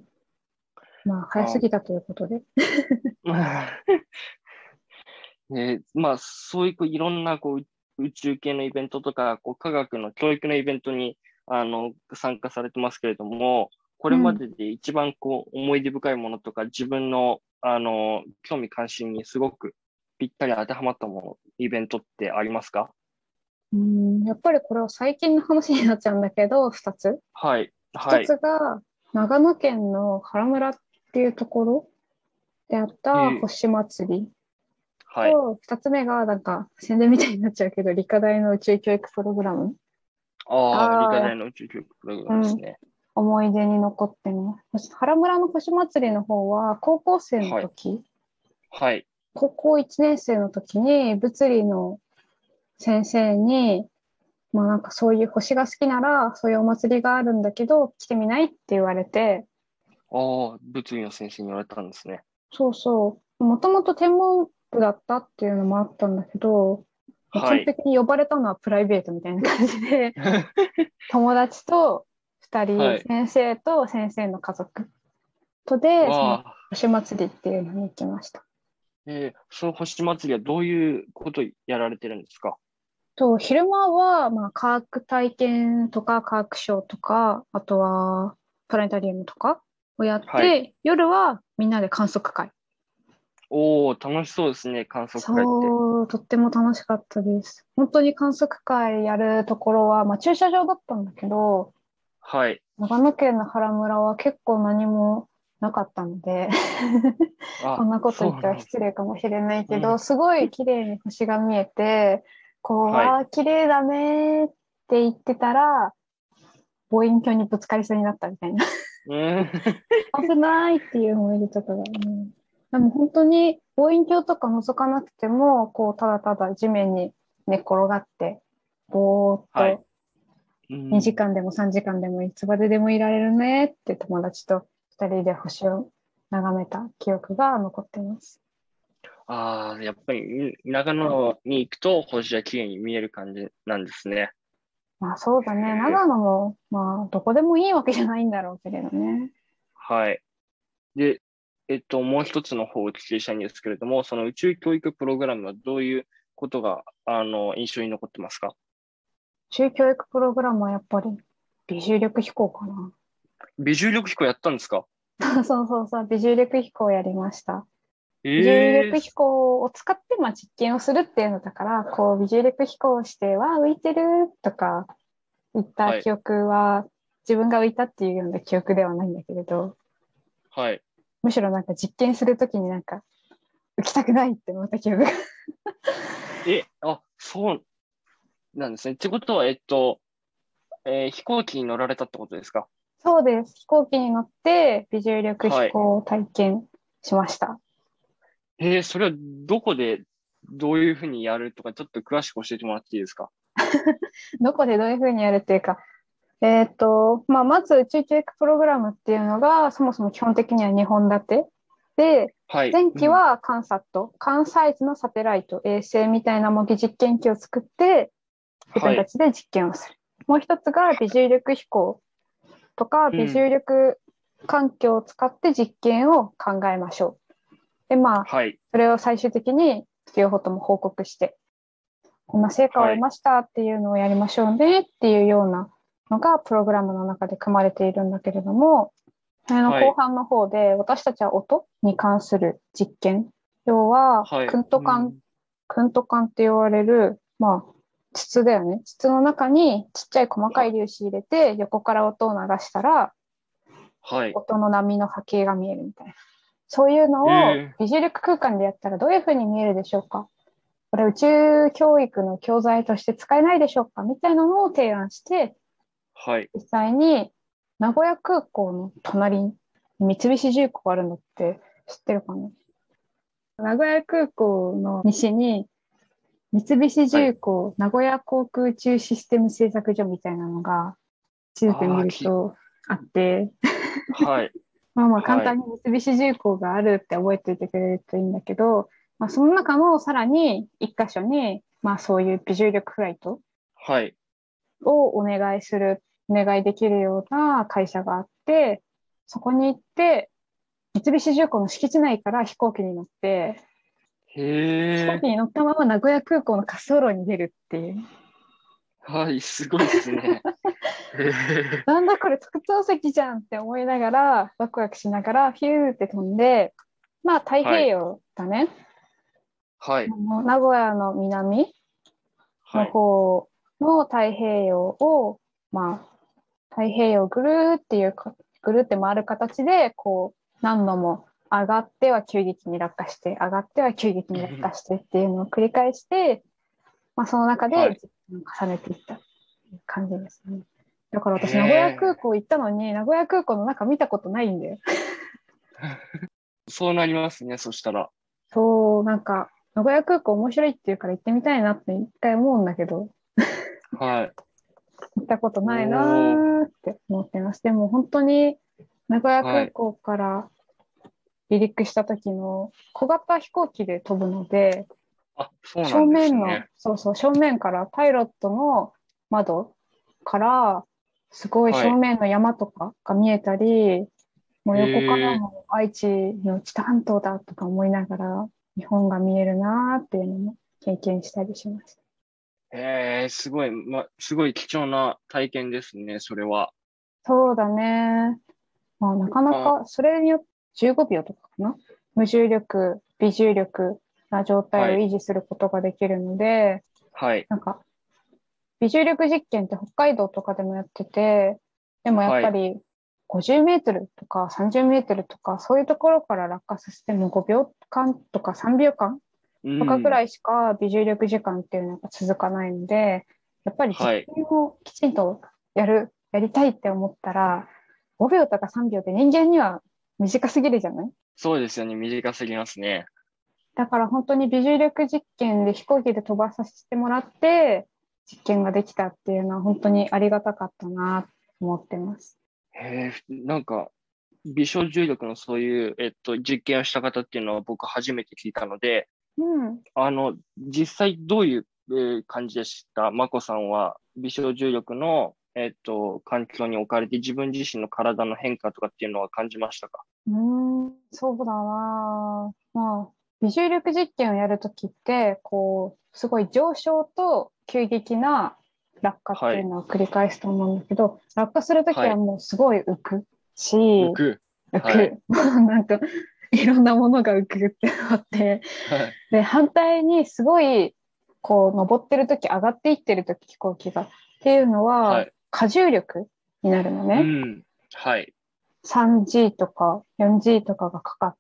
[SPEAKER 2] まあ、早す
[SPEAKER 1] あ、
[SPEAKER 2] ぎたということで。
[SPEAKER 1] ね、まあ、そういうこういろんなこう宇宙系のイベントとか、こう科学の教育のイベントにあの参加されてますけれども、これま
[SPEAKER 2] うん。
[SPEAKER 1] でで一番こう思い出深いものとか、自分のあの興味関心にすごくぴったり当てはまったもの、イベントってありますか？
[SPEAKER 2] うん、やっぱりこれは最近の話になっちゃうんだけど、二つ。
[SPEAKER 1] はい、
[SPEAKER 2] 一
[SPEAKER 1] はい、
[SPEAKER 2] つが、長野県の原村っていうところであった
[SPEAKER 1] えー
[SPEAKER 2] 星祭り
[SPEAKER 1] はい。
[SPEAKER 2] と、二つ目が、なんか宣伝みたいになっちゃうけど、理科大の宇宙教育プログラム
[SPEAKER 1] ああ、理
[SPEAKER 2] が、や
[SPEAKER 1] 科大の宇宙教育プログラ
[SPEAKER 2] うん、
[SPEAKER 1] ムですね。
[SPEAKER 2] 思い出に残ってます。原村の星祭りの方は、高校生の
[SPEAKER 1] はい、
[SPEAKER 2] 時、
[SPEAKER 1] はい、
[SPEAKER 2] 高校いちねん生の時に、物理の先生に、まあなんかそういう星が好きなら、そういうお祭りがあるんだけど、来てみないって言われて、
[SPEAKER 1] ああ、物理の先生に言われたんですね。
[SPEAKER 2] そうそう。もともと天文部だったっていうのもあったんだけど、もう
[SPEAKER 1] はい。
[SPEAKER 2] 完璧に呼ばれたのはプライベートみたいな感じで、友達と二人、
[SPEAKER 1] はい。
[SPEAKER 2] 先生と先生の家族とで、その
[SPEAKER 1] わあ、
[SPEAKER 2] 星祭りっていうのに行きました。
[SPEAKER 1] えー、その星祭りはどういうことやられてるんですか？
[SPEAKER 2] と、昼間は、まあ、科学体験とか科学ショーとか、あとはプラネタリウムとかをやっ
[SPEAKER 1] はい。
[SPEAKER 2] て、夜はみんなで観測会。
[SPEAKER 1] おー、楽しそうですね、観測会って。
[SPEAKER 2] そう、とっても楽しかったです。本当に観測会やるところは、まあ、駐車場だったんだけど、
[SPEAKER 1] はい。
[SPEAKER 2] 長野県の原村は結構何もなかったのでこ
[SPEAKER 1] あ、
[SPEAKER 2] んなこと言っては
[SPEAKER 1] そうなんです。
[SPEAKER 2] 失礼かもしれないけど、
[SPEAKER 1] うん。
[SPEAKER 2] すごい綺麗に星が見えて、こう、
[SPEAKER 1] はい。
[SPEAKER 2] わあ、綺麗だねって言ってたら、望遠鏡にぶつかりそうになったみたいな。
[SPEAKER 1] うん。
[SPEAKER 2] 危ないっていう思い出とかがね。でも本当に望遠鏡とか覗かなくても、こう、ただただ地面に寝っ転がって、ぼーっ
[SPEAKER 1] はい。
[SPEAKER 2] と 2
[SPEAKER 1] うん。
[SPEAKER 2] 時間でもさんじかんでもいつまででもいられるねって友達とふたりで星を眺めた記憶が残っています。
[SPEAKER 1] ああ、やっぱり長野に行くと星が綺麗に見える感じなんですね。
[SPEAKER 2] まあそうだね。
[SPEAKER 1] へえ。
[SPEAKER 2] 長野も、まあどこでもいいわけじゃないんだろうけれどね。
[SPEAKER 1] はい。で、えっと、もう一つの方をお聞きしたいんですけれども、その宇宙教育プログラムはどういうことが、あの、印象に残ってますか？
[SPEAKER 2] 中教育プログラムはやっぱり微重力飛行かな。
[SPEAKER 1] 微重力飛行やったんですか？
[SPEAKER 2] そうそうそう、微重力飛行をやりました。微重
[SPEAKER 1] ええー。
[SPEAKER 2] 力飛行を使ってまあ実験をするっていうのだから、こう微重力飛行をして、わあ浮いてるとか言った
[SPEAKER 1] はい、
[SPEAKER 2] 記憶は、自分が浮いたっていうような記憶ではないんだけれど、
[SPEAKER 1] はい。
[SPEAKER 2] むしろなんか実験するときになんか浮きたくないって思った記憶が。
[SPEAKER 1] え、あ、そうなんですね。ってことは、えっと、えー飛行機に乗られたってことですか？
[SPEAKER 2] そうです。飛行機に乗って微重力飛
[SPEAKER 1] はい。
[SPEAKER 2] 行を体験しました。
[SPEAKER 1] えーそれはどこで、どういうふうにやるとか、ちょっと詳しく教えてもらっていいですか？
[SPEAKER 2] どこでどういうふうにやるっていうか、えっと、まあ、まず宇宙教育プログラムっていうのが、そもそも基本的にはにほん立てで、
[SPEAKER 1] はい。
[SPEAKER 2] 前
[SPEAKER 1] うん。
[SPEAKER 2] 期はカンサット、カンサイズのサテライト、衛星みたいな模擬実験機を作って、自
[SPEAKER 1] はい。
[SPEAKER 2] 分たちで実験をする。もう一つが微重力飛行とか、微重
[SPEAKER 1] うん。
[SPEAKER 2] 力環境を使って実験を考えましょう。で、まあ、
[SPEAKER 1] はい。
[SPEAKER 2] それを最終的に両方とも報告して、こんな成果を
[SPEAKER 1] はい。
[SPEAKER 2] 得ましたっていうのをやりましょうねっていうようなのがプログラムの中で組まれているんだけれども、あの
[SPEAKER 1] はい。
[SPEAKER 2] 後半の方で私たちは音に関する実験。要は、
[SPEAKER 1] はい。
[SPEAKER 2] クント管、
[SPEAKER 1] うん。
[SPEAKER 2] クント管って言われる、まあ、筒だよね。筒の中にちっちゃい細かい
[SPEAKER 1] は、
[SPEAKER 2] 粒子入れて、横から音を流したら、
[SPEAKER 1] はい。
[SPEAKER 2] 音の波の波形が見えるみたいな。そういうのを
[SPEAKER 1] え
[SPEAKER 2] 微重力空間でやったらどういうふうに見えるでしょうか？これ宇宙教育の教材として使えないでしょうかみたいなのを提案して、
[SPEAKER 1] ー、はい。
[SPEAKER 2] 実際に名古屋空港の隣に三菱重工があるのって知ってるかな？名古屋空港の西に三菱
[SPEAKER 1] はい。
[SPEAKER 2] 重工名古屋航空宇宙システム製作所みたいなのが地図で見
[SPEAKER 1] ああ、き、
[SPEAKER 2] るとあって、
[SPEAKER 1] はい。
[SPEAKER 2] まあまあ簡
[SPEAKER 1] はい。
[SPEAKER 2] 単に三菱重工があるって覚えておいてくれるといいんだけど、まあ、その中のさらに一箇所に、まあそういう微重力フライト
[SPEAKER 1] はい。
[SPEAKER 2] をお願いする、お願いできるような会社があって、そこに行って、三菱重工の敷地内から飛行機に乗って、
[SPEAKER 1] へ
[SPEAKER 2] 飛行機
[SPEAKER 1] え。
[SPEAKER 2] に乗ったまま名古屋空港の滑走路に出るっていう。
[SPEAKER 1] はい。すごいっすね。へえ。
[SPEAKER 2] なんだこれ特等席じゃんって思いながら、ワクワクしながら、ヒューって飛んで、まあ太平
[SPEAKER 1] はい。
[SPEAKER 2] 洋だね。
[SPEAKER 1] はい。
[SPEAKER 2] 名古屋の南の
[SPEAKER 1] はい。
[SPEAKER 2] 方の太平洋を、まあ、太平洋をぐるーっていうか、ぐるって回る形で、こう、何度も上がっては急激に落下して、上がっては急激に落下してっていうのを繰り返して、まあ、その中で
[SPEAKER 1] はい。
[SPEAKER 2] 実験を重ねていった感じですね。だから
[SPEAKER 1] へ
[SPEAKER 2] 私、名古屋空
[SPEAKER 1] え。
[SPEAKER 2] 港行ったのに、名古屋空港の中見たことないんだよ。
[SPEAKER 1] そうなりますね。そしたら。
[SPEAKER 2] そう、なんか、名古屋空港面白いっていうから行ってみたいなって一回思うんだけど、
[SPEAKER 1] はい。
[SPEAKER 2] 行ったこと
[SPEAKER 1] お
[SPEAKER 2] ない
[SPEAKER 1] ー。
[SPEAKER 2] なーって思ってます。でも本当に名古屋
[SPEAKER 1] はい。
[SPEAKER 2] 空港から離陸した時の小型飛行機で飛ぶので、
[SPEAKER 1] あ、そうな
[SPEAKER 2] 正
[SPEAKER 1] んです
[SPEAKER 2] 面の、
[SPEAKER 1] ね。
[SPEAKER 2] そうそう、正面からパイロットの窓からすごい
[SPEAKER 1] はい。
[SPEAKER 2] 正面の山とかが見えたり、もう横から
[SPEAKER 1] へえ。
[SPEAKER 2] も愛知の知多半島だとか思いながら日本が見えるなーっていうのも経験したりしました。
[SPEAKER 1] へえ、すごい、ま、すごい貴重な体験ですね、それは。
[SPEAKER 2] そうだね。まあ、なかな
[SPEAKER 1] あ、
[SPEAKER 2] か、それによってじゅうごびょうとかかな。無重力、微重力な状態
[SPEAKER 1] はい。
[SPEAKER 2] を維持することができるので、
[SPEAKER 1] はい。
[SPEAKER 2] なんか、微重力実験って北海道とかでもやってて、でもやっ
[SPEAKER 1] はい。
[SPEAKER 2] ぱりごじゅうメートルとかさんじゅうメートルとか、そういうところから落下させてもごびょうかんとかさんびょうかん
[SPEAKER 1] う
[SPEAKER 2] とかぐ
[SPEAKER 1] ん。
[SPEAKER 2] らいしか微重力時間っていうのが続かないので、やっぱり実
[SPEAKER 1] はい。
[SPEAKER 2] 験をきちんとやる、やりたいって思ったら、ごびょうとかさんびょうって人間には短すぎるじゃない？
[SPEAKER 1] そうですよね。短すぎますね。
[SPEAKER 2] だから本当に微重力実験で飛行機で飛ばさせてもらって、 実験ができたっていうのは本当にありがたかったなと思ってます。
[SPEAKER 1] へえ、なんか、微小重力のそういう、えっと、実験をした方っていうのは僕初めて聞いたので、
[SPEAKER 2] うん。
[SPEAKER 1] あの、実際どういう、えー感じでしたまこさんは、微小重力の、えっと、環境に置かれて自分自身の体の変化とかっていうのは感じましたか？
[SPEAKER 2] うーん、そうだな。まあ、微重力実験をやるときって、こう、すごい上昇と急激な落下って
[SPEAKER 1] はい。
[SPEAKER 2] いうのを繰り返すと思うんだけど、落下するとき
[SPEAKER 1] はい。
[SPEAKER 2] はもうすごい浮くし、
[SPEAKER 1] 浮く。
[SPEAKER 2] 浮
[SPEAKER 1] はい。
[SPEAKER 2] く。なんか、いろんなものが浮くってなって、
[SPEAKER 1] はい。
[SPEAKER 2] で、反対にすごい、こう、登ってるとき、上がっていってるとき、飛行機が。っていうのは、
[SPEAKER 1] はい。
[SPEAKER 2] 荷重力になるのね。
[SPEAKER 1] うん。はい。
[SPEAKER 2] さんジー とか よんジー とかがかかって、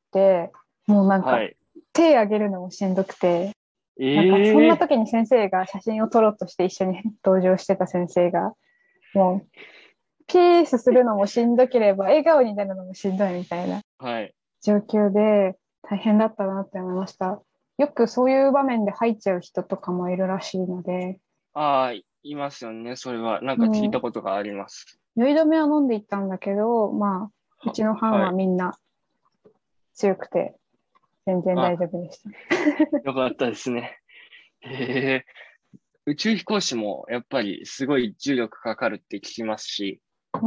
[SPEAKER 2] もうなんか
[SPEAKER 1] はい。
[SPEAKER 2] 手上げるのもしんどくて、なんかそん
[SPEAKER 1] ええ
[SPEAKER 2] な時に先生が写真を撮ろうとして一緒に登場してた先生が、もうピースするのもしんどければ笑顔になるのもしんどいみたいな
[SPEAKER 1] はい。
[SPEAKER 2] 状況で大変だったなって思いました。よくそういう場面で入っちゃう人とかもいるらしいので、
[SPEAKER 1] ああ、いいますよね。それは、なんか聞い
[SPEAKER 2] うん、
[SPEAKER 1] たことがあります。
[SPEAKER 2] 酔い止めは飲んでいったんだけど、まあ、う
[SPEAKER 1] は、
[SPEAKER 2] ちの班は
[SPEAKER 1] はい。
[SPEAKER 2] みんな強くて全然大
[SPEAKER 1] あ、
[SPEAKER 2] 丈夫でした。
[SPEAKER 1] よかったですね。へえ。宇宙飛行士もやっぱりすごい重力かかるって聞きますし、
[SPEAKER 2] うん、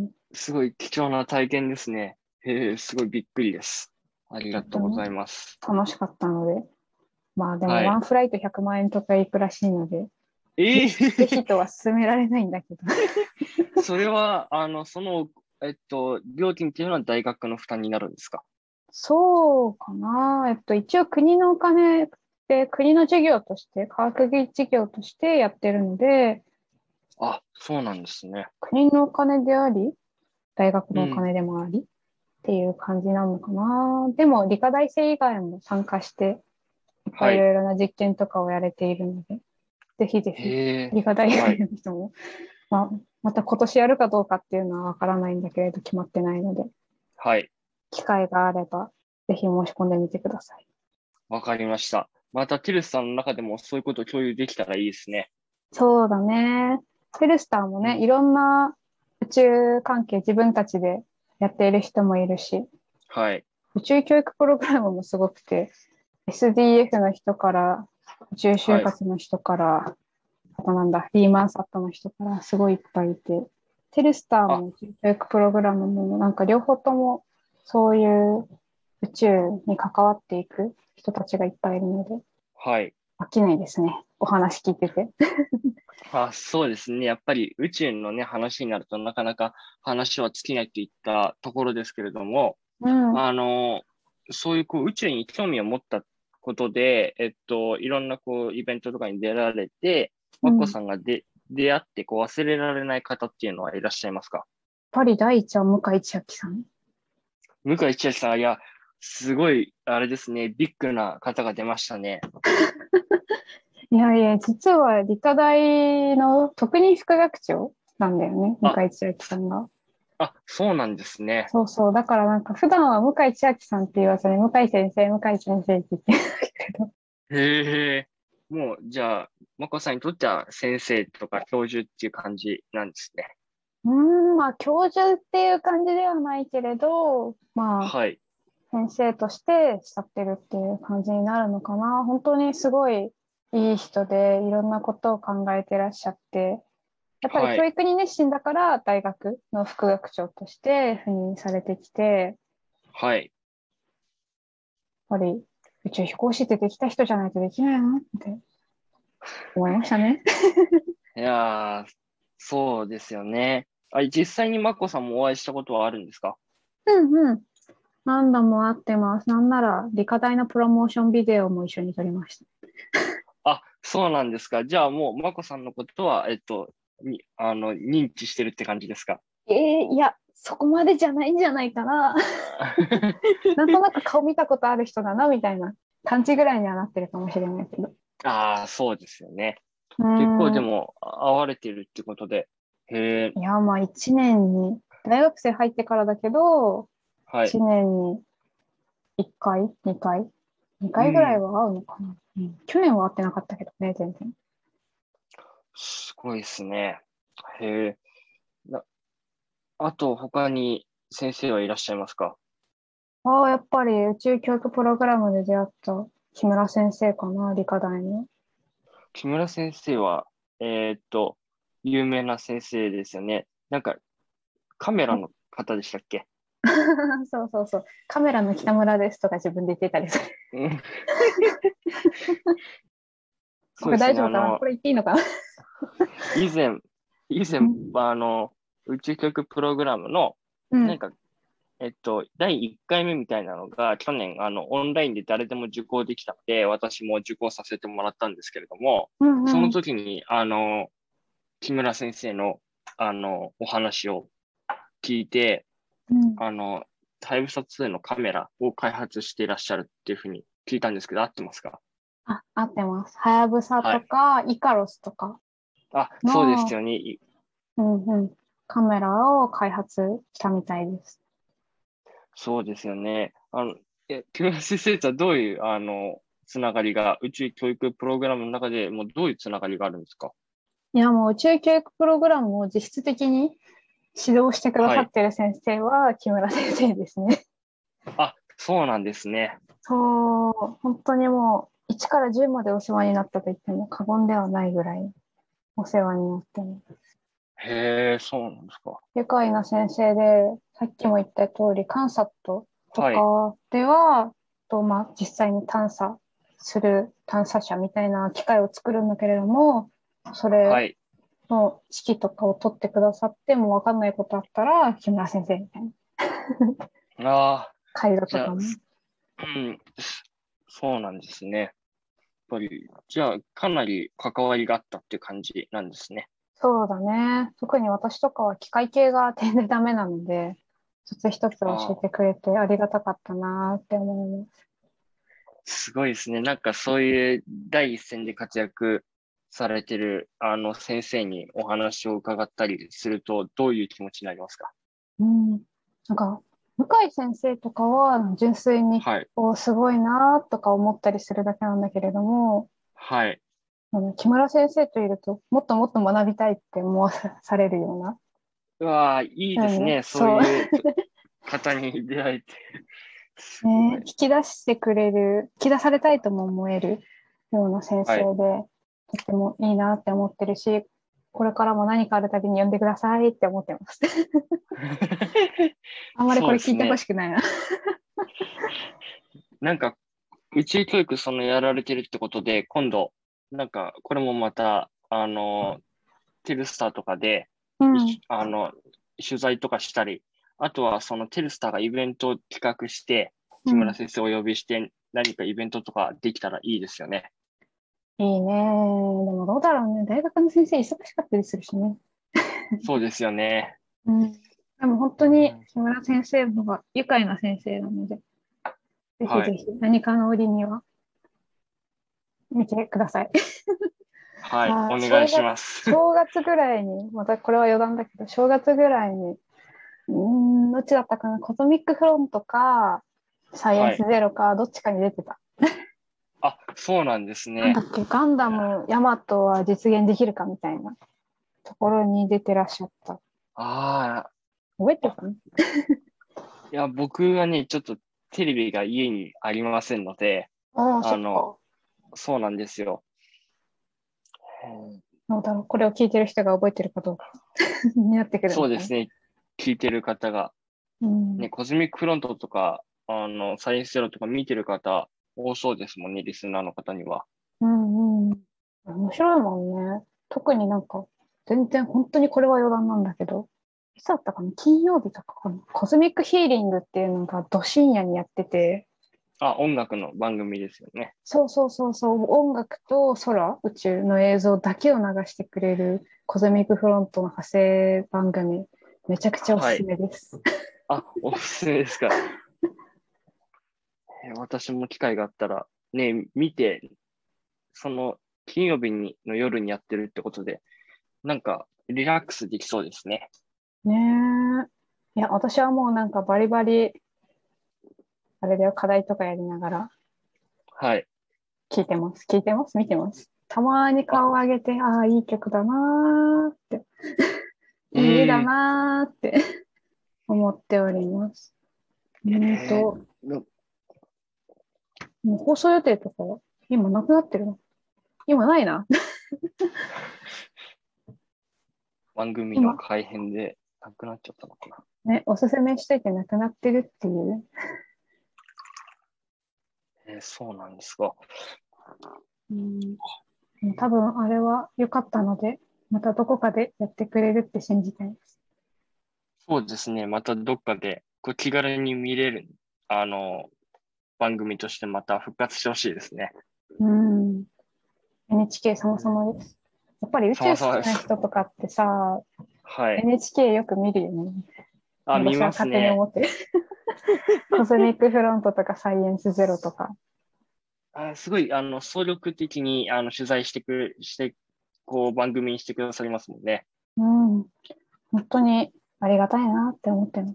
[SPEAKER 1] すごい貴重な体験ですね。へえ、すごいびっくりです。ありが
[SPEAKER 2] 本当に
[SPEAKER 1] とうございます。
[SPEAKER 2] 楽しかったので、まあでも
[SPEAKER 1] はい。
[SPEAKER 2] ワンフライトひゃくまん円とかいくらしいので、ぜ
[SPEAKER 1] え
[SPEAKER 2] ひ、ぜひ
[SPEAKER 1] え
[SPEAKER 2] とは勧められないんだけど。
[SPEAKER 1] それは、あの、その、えっと、料金っていうのは大学の負担になるんですか？
[SPEAKER 2] そうかな。えっと、一応国のお金で、国の事業として、科学技事業としてやってるので、
[SPEAKER 1] あ、そうなんですね。
[SPEAKER 2] 国のお金であり、大学
[SPEAKER 1] うん。
[SPEAKER 2] のお金でもありっていう感じなのかな。でも、理科大生以外も参加して、いっぱいい
[SPEAKER 1] はい。
[SPEAKER 2] ろいろな実験とかをやれているので、ぜひぜ
[SPEAKER 1] へ
[SPEAKER 2] ひ、
[SPEAKER 1] え。
[SPEAKER 2] 理科大以外
[SPEAKER 1] はい。
[SPEAKER 2] の人もまあ、また今年やるかどうかっていうのはわからないんだけれど、決まってないので、
[SPEAKER 1] はい。
[SPEAKER 2] 機会があれば、ぜひ申し込んでみてください。
[SPEAKER 1] わかりました。また、ティルスさんの中でもそういうことを共有できたらいいですね。
[SPEAKER 2] そうだね。フェルスターもね、い
[SPEAKER 1] うん。
[SPEAKER 2] ろんな宇宙関係自分たちでやっている人もいるし、
[SPEAKER 1] はい。
[SPEAKER 2] 宇宙教育プログラムもすごくて、エスディーエフ の人から、宇宙就
[SPEAKER 1] はい。
[SPEAKER 2] 活の人から、あとなんだ、リーマンサットの人からすごいいっぱいいて、テルスター
[SPEAKER 1] あ、
[SPEAKER 2] も宇宙教育プログラムもなんか両方ともそういう宇宙に関わっていく人たちがいっぱいいるので、
[SPEAKER 1] はい。
[SPEAKER 2] 飽きないですね。お話聞いてて。
[SPEAKER 1] あ、そうですね。やっぱり宇宙のね、話になるとなかなか話は尽きないといったところですけれども、
[SPEAKER 2] うん、
[SPEAKER 1] あの、そういうこう宇宙に興味を持ったことで、えっと、いろんなこうイベントとかに出られて、
[SPEAKER 2] うん。やっ
[SPEAKER 1] マコさんがで出会ってこう忘れられない方っていうのはいらっしゃいますか？
[SPEAKER 2] ぱり第一は向井千秋さん。
[SPEAKER 1] 向井千秋さん、いや、すごい、あれですね、ビッグな方が出ましたね。
[SPEAKER 2] いやいや、実は理科大の特任副学長なんだよね、向
[SPEAKER 1] あ、
[SPEAKER 2] 井千秋さんが。
[SPEAKER 1] あ、そうなんですね。
[SPEAKER 2] そうそう。だからなんか普段は向井千秋さんって言わずに、向井先生、向井先生って言ってるんだけど。
[SPEAKER 1] へえ。もう、じゃあ、まこさんにとっては先生とか教授っていう感じなんですね。
[SPEAKER 2] うーん、まあ教授っていう感じではないけれど、まあ
[SPEAKER 1] はい。
[SPEAKER 2] 先生として慕ってるっていう感じになるのかな。本当にすごいいい人でいろんなことを考えてらっしゃって、やっぱり
[SPEAKER 1] はい。
[SPEAKER 2] 教育に熱心だから大学の副学長として赴任されてきて、やっ
[SPEAKER 1] はい。
[SPEAKER 2] ぱり宇宙飛行士ってできた人じゃないとできないなって思いましたね。
[SPEAKER 1] いやー、そうですよね。あ、実際にまこさんもお会いしたことはあるんですか？
[SPEAKER 2] うんうん。何度も会ってます。なんなら理科大のプロモーションビデオも一緒に撮りました。
[SPEAKER 1] あ、そうなんですか。じゃあもう、まこさんのことは、えっと、に、あの、認知してるって感じですか？
[SPEAKER 2] えー、いや、そこまでじゃないんじゃないかな。
[SPEAKER 1] あ
[SPEAKER 2] なんとなく顔見たことある人だな、みたいな感じぐらいにはなってるかもしれないけど。
[SPEAKER 1] あー、そうですよね。
[SPEAKER 2] う
[SPEAKER 1] 結構で
[SPEAKER 2] ーん。
[SPEAKER 1] も、あ会われてるってことで。へえ、
[SPEAKER 2] いや、まあ一年に、大学生入ってからだけど、
[SPEAKER 1] はい。
[SPEAKER 2] 一年に一回、二回、二回ぐらい
[SPEAKER 1] うん。
[SPEAKER 2] は会うのかな。うん、去年は会ってなかったけどね、全然。
[SPEAKER 1] すごいですね。へえ。なあと、他に先生はいらっしゃいますか？
[SPEAKER 2] ああ、やっぱり宇宙教育プログラムで出会った木村先生かな、理科大の。
[SPEAKER 1] 木村先生は、えーっと、有名な先生ですよね。なんか、カメラの方でしたっけ？
[SPEAKER 2] そうそうそう。カメラの北村ですとか自分で言ってたりする。
[SPEAKER 1] うん。
[SPEAKER 2] これ
[SPEAKER 1] そうですね。
[SPEAKER 2] 大丈夫かな、
[SPEAKER 1] あの、
[SPEAKER 2] これ言っていいのかな。
[SPEAKER 1] 以前、以前、
[SPEAKER 2] うん。
[SPEAKER 1] あの、宇宙教育プログラムの、
[SPEAKER 2] うん。
[SPEAKER 1] なんか、えっと、だいいっかいめみたいなのが、去年、あの、オンラインで誰でも受講できたので、私も受講させてもらったんですけれども、その
[SPEAKER 2] うんうん。
[SPEAKER 1] 時に、あの、木村先生の、あの、お話を聞いて、
[SPEAKER 2] うん。
[SPEAKER 1] あの、ハヤブサツーのカメラを開発していらっしゃるっていうふうに聞いたんですけど、合ってますか？
[SPEAKER 2] あ、合ってます。はやぶさ
[SPEAKER 1] はい。
[SPEAKER 2] とか、イカロスとか
[SPEAKER 1] あ、そうです
[SPEAKER 2] の、
[SPEAKER 1] よね。い
[SPEAKER 2] うんうん、カメラを開発したみたいです。
[SPEAKER 1] そうですよね。あの、え、木村先生とはどういう、あの、つながりが、宇宙教育プログラムの中でもうどういうつながりがあるんですか？
[SPEAKER 2] いや、もう宇宙教育プログラムを実質的に指導してくだ
[SPEAKER 1] はい。
[SPEAKER 2] さってる先生は木村先生ですね。
[SPEAKER 1] あ、そうなんですね。
[SPEAKER 2] そう、本当にもういちからじゅうまでお世話になったと言っても過言ではないぐらいお世話になってます。
[SPEAKER 1] へえ、そうなんですか。
[SPEAKER 2] 愉快な先生で、さっきも言った通り、カンサットと
[SPEAKER 1] はい。
[SPEAKER 2] かでは、とまあ、実際に探査する探査車みたいな機械を作るんだけれども、それ
[SPEAKER 1] はい。
[SPEAKER 2] の指揮とかを取ってくださって、もう分かんないことあったら、木村先生みたいな。
[SPEAKER 1] ああ、
[SPEAKER 2] 回路
[SPEAKER 1] じゃあ、
[SPEAKER 2] とかも。
[SPEAKER 1] すうん、そうなんですね。やっぱり、じゃあ、かなり関わりがあったっていう感じなんですね。
[SPEAKER 2] そうだね。特に私とかは機械系が点でダメなので、一つ一つ教え
[SPEAKER 1] ああ、
[SPEAKER 2] てくれてありがたかったなって思います。
[SPEAKER 1] すごいですね。なんかそういう第一線で活躍されてる、あの、先生にお話を伺ったりすると、どういう気持ちになりますか？
[SPEAKER 2] うん。なんか、向井先生とかは純粋に、
[SPEAKER 1] はい。
[SPEAKER 2] お、すごいなとか思ったりするだけなんだけれども、
[SPEAKER 1] はい。
[SPEAKER 2] あの木村先生といると、もっともっと学びたいって思わされるような。
[SPEAKER 1] うわあ、いい
[SPEAKER 2] うん、
[SPEAKER 1] ですね。そう
[SPEAKER 2] そう。
[SPEAKER 1] いう方に出会えて。すご
[SPEAKER 2] ね、
[SPEAKER 1] い。
[SPEAKER 2] 引き出してくれる、引き出されたいとも思えるような先
[SPEAKER 1] はい。
[SPEAKER 2] 生で、とってもいいなって思ってるし、これからも何かあるたびに呼んでくださいって思ってます。あんまりこれ聞いてほ
[SPEAKER 1] そうですね。
[SPEAKER 2] しくないな。
[SPEAKER 1] なんか、宇宙教育そのやられてるってことで、今度、なんか、これもまた、あの、テルスターとかで、い
[SPEAKER 2] うん。
[SPEAKER 1] あの、取材とかしたり、あとはそのテルスターがイベントを企画して、木村
[SPEAKER 2] うん。
[SPEAKER 1] 先生をお呼びして、何かイベントとかできたらいいですよね。
[SPEAKER 2] いいね。でもどうだろうね。大学の先生忙しかったりするしね。
[SPEAKER 1] そうですよね。
[SPEAKER 2] うん。でも本当に
[SPEAKER 1] うん。
[SPEAKER 2] 木村先生の方が愉快な先生なので、ぜひ
[SPEAKER 1] はい。
[SPEAKER 2] ぜひ何かの折には見てください。
[SPEAKER 1] はい。
[SPEAKER 2] あー、
[SPEAKER 1] お願いし
[SPEAKER 2] 正月、
[SPEAKER 1] ます。
[SPEAKER 2] 正月ぐらいに、またこれは余談だけど、正月ぐらいに、うーん、どっちだったかな、コズミックフロントか、サイエンス
[SPEAKER 1] はい。
[SPEAKER 2] ゼロか、どっちかに出てた。
[SPEAKER 1] あ、そうなんですね。
[SPEAKER 2] なんだっけ、ガンダム、ヤマトは実現できるかみたいなところに出てらっしゃった。
[SPEAKER 1] あ
[SPEAKER 2] 覚えて
[SPEAKER 1] あ、あ、
[SPEAKER 2] るかな。
[SPEAKER 1] いや、僕はね、ちょっとテレビが家にありませんので、
[SPEAKER 2] ああ、そ
[SPEAKER 1] あの、
[SPEAKER 2] っか。
[SPEAKER 1] そうなんですよ。うん。
[SPEAKER 2] どうだろう。これを聞いてる人が覚えてるかどうかになってくるのかな。
[SPEAKER 1] そうですね。聞いてる方が、
[SPEAKER 2] うん。
[SPEAKER 1] ね、コズミックフロントとか、あの、サイエンスゼロとか見てる方、多そうですもんね、リスナーの方には。
[SPEAKER 2] うんうん。面白いもんね。特になんか、全然本当にこれは余談なんだけど、いつだったかな、金曜日とかかな。コズミックヒーリングっていうのがど深夜にやってて、
[SPEAKER 1] あ、音楽の番組ですよね。
[SPEAKER 2] そうそうそうそう、音楽と空、宇宙の映像だけを流してくれるコズミックフロントの派生番組、めちゃくちゃおすす
[SPEAKER 1] はい。
[SPEAKER 2] めです。
[SPEAKER 1] あ、おすすめですか。えー私も機会があったら、ね、見て、その、金曜日にの夜にやってるってことで、なんか、リラックスできそうですね。
[SPEAKER 2] ねえ。いや、私はもうなんかバリバリ、あれだよ、課題とかやりながら
[SPEAKER 1] はい。
[SPEAKER 2] 聞いてます。聞いてます見てます。 たまに顔を上げて、ああ、いい曲だなーって、
[SPEAKER 1] う
[SPEAKER 2] いい絵だ
[SPEAKER 1] ん。
[SPEAKER 2] なーって思っております。うん
[SPEAKER 1] え
[SPEAKER 2] と、
[SPEAKER 1] ー、
[SPEAKER 2] もう放送予定とか、今なくなってるの？今ないな。
[SPEAKER 1] 番組の
[SPEAKER 2] 今、
[SPEAKER 1] 改編でなくなっちゃったのかな。
[SPEAKER 2] ね、おすすめしといてなくなってるっていう。
[SPEAKER 1] えー、そうなんですが。
[SPEAKER 2] うん、多分あれは良かったので、またどこかでやってくれるって信じたいです。
[SPEAKER 1] そうですね。またどっかでこう気軽に見れる、あの、番組としてまた復活してほしいですね。
[SPEAKER 2] うん。エヌエイチケー 様
[SPEAKER 1] うん、
[SPEAKER 2] 々です。やっぱり宇宙
[SPEAKER 1] 様
[SPEAKER 2] 好きな
[SPEAKER 1] 々です。
[SPEAKER 2] 人とかってさ、
[SPEAKER 1] はい。
[SPEAKER 2] エヌエイチケー よく見るよね。
[SPEAKER 1] あ、見
[SPEAKER 2] 私は勝手に
[SPEAKER 1] ますね。
[SPEAKER 2] 思ってる。コズミックフロントとかサイエンスゼロとか。
[SPEAKER 1] あ、すごい、あの、総力的に、あの、取材してく、して、こう、番組にしてくださりますもんね。
[SPEAKER 2] うん。本当にありがたいなって思ってます。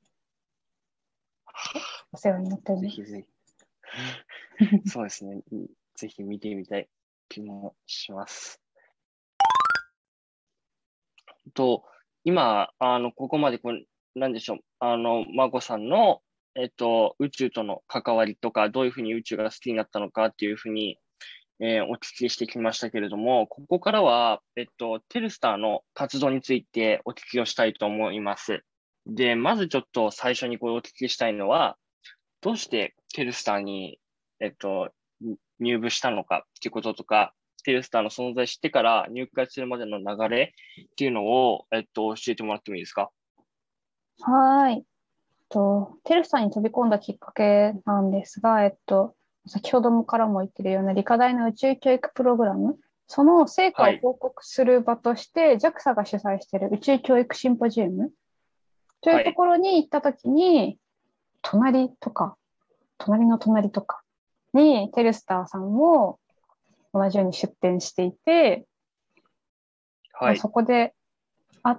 [SPEAKER 2] お世話になっております。
[SPEAKER 1] ぜひぜひ。そうですね。ぜひ見てみたい気もします。と、今、あの、ここまでこう、なんでしょう。あの、マコさんの、えっと、宇宙との関わりとか、どういうふうに宇宙が好きになったのかっていうふうに、えーお聞きしてきましたけれども、ここからは、えっと、テルスターの活動についてお聞きをしたいと思います。で、まずちょっと最初にこうお聞きしたいのは、どうしてテルスターに、えっと、入部したのかっていうこととか、テルスターの存在してから入会するまでの流れっていうのを、えっと、教えてもらってもいいですか？
[SPEAKER 2] はーい。と、テルさんに飛び込んだきっかけなんですが、えっと、先ほどもからも言ってるような理科大の宇宙教育プログラム、その成果
[SPEAKER 1] はい。
[SPEAKER 2] を報告する場として、ジャクサ が主催している宇宙教育シンポジウムという
[SPEAKER 1] はい。
[SPEAKER 2] ところに行ったときに、隣とか、隣の隣とかにテルスターさんも同じように出展していて、まあ、
[SPEAKER 1] はい。
[SPEAKER 2] そこで会って、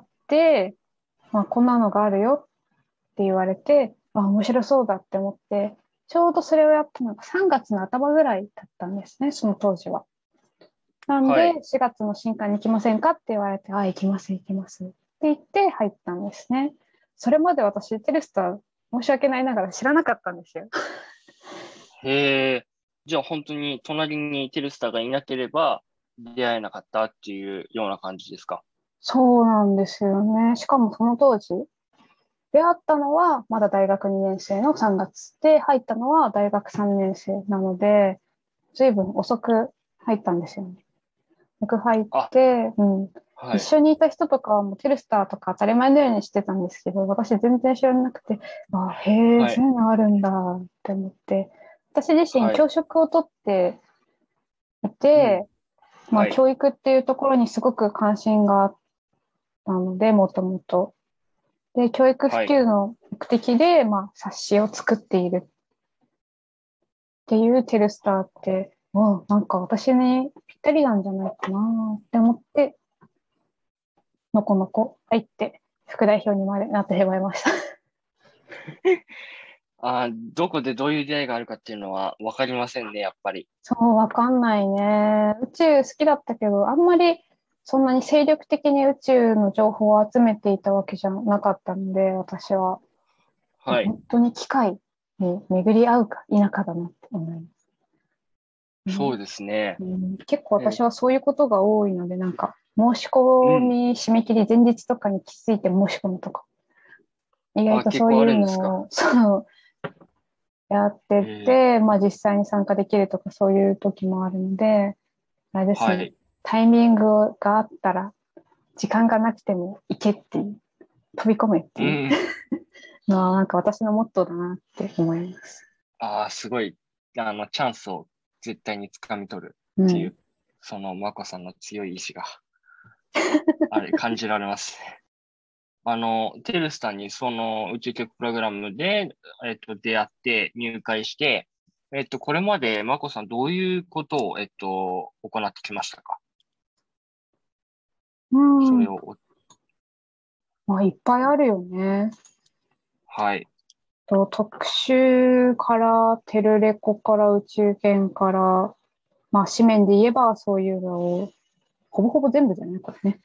[SPEAKER 2] まあ、こんなのがあるよって言われて、あ、面白そうだって思って、ちょうどそれをやったのがさんがつの頭ぐらいだったんですね、その当時は。なんで、
[SPEAKER 1] はい。
[SPEAKER 2] しがつの新刊に行きませんかって言われて、あ、行きます、行きますって言って入ったんですね。それまで私、テレスター、申し訳ないながら知らなかったんですよ。
[SPEAKER 1] へえ。じゃあ本当に隣にテルスターがいなければ出会えなかったっていうような感じですか？
[SPEAKER 2] そうなんですよね。しかもその当時、出会ったのはまだ大学にねん生のさんがつで、入ったのは大学さんねん生なので、随分遅く入ったんですよね。僕入っ
[SPEAKER 1] あ、
[SPEAKER 2] て、うん。一
[SPEAKER 1] はい。
[SPEAKER 2] 緒にいた人とかはもうテルスターとか当たり前のようにしてたんですけど、私全然知らなくて、あ、へえ、
[SPEAKER 1] はい。
[SPEAKER 2] そういうのあるんだって思って、私自身
[SPEAKER 1] はい。
[SPEAKER 2] 教職をとってい
[SPEAKER 1] うん。
[SPEAKER 2] て、まあ
[SPEAKER 1] はい。
[SPEAKER 2] 教育っていうところにすごく関心があったので、もともと。で、教育普
[SPEAKER 1] はい。
[SPEAKER 2] 及の目的で、まあ冊子を作っているっていうテルスターって、もうなんか私にぴったりなんじゃないかなって思って、のこのこ入って副代表にまでなってしまいました。
[SPEAKER 1] あー、どこでどういう出会いがあるかっていうのはわかりませんね、やっぱり。
[SPEAKER 2] そう、わかんないね。宇宙好きだったけど、あんまりそんなに精力的に宇宙の情報を集めていたわけじゃなかったので、私は。
[SPEAKER 1] はい。
[SPEAKER 2] 本当に機会に巡り合うか否かだなって思います。ね、
[SPEAKER 1] そうですね。
[SPEAKER 2] うん、結構
[SPEAKER 1] え、
[SPEAKER 2] 私はそういうことが多いので、なんか申し
[SPEAKER 1] うん。
[SPEAKER 2] 込み締め切り前日とかに気づいて申し込むとか、意外
[SPEAKER 1] あ、
[SPEAKER 2] とそうい
[SPEAKER 1] 結構あるんですか？
[SPEAKER 2] うのを、そう、やってっ
[SPEAKER 1] えー、
[SPEAKER 2] て、まあ実際に参加できるとかそういう時もあるので、あれですね、
[SPEAKER 1] はい。
[SPEAKER 2] タイミングがあったら、時間がなくても行けっていう、飛び込めっていう
[SPEAKER 1] うん。
[SPEAKER 2] のはなんか私のモットーだなって思います。
[SPEAKER 1] ああ、すごい、あの、チャンスを絶対に掴み取る
[SPEAKER 2] うん。
[SPEAKER 1] っていう、その、マコさんの強い意志が、あれ、感じられますね。あの、テルスタンにその宇宙局プログラムで、えっと、出会って入会して、えっと、これまでマコさんどういうことを、えっと、行ってきましたか？
[SPEAKER 2] うん。
[SPEAKER 1] それを、
[SPEAKER 2] まあいっぱいあるよね。
[SPEAKER 1] はい、
[SPEAKER 2] と特集から、テルレコから、宇宙圏から、 まあ紙面で言えばそういうのを、ほぼほぼ全部じゃないこれね。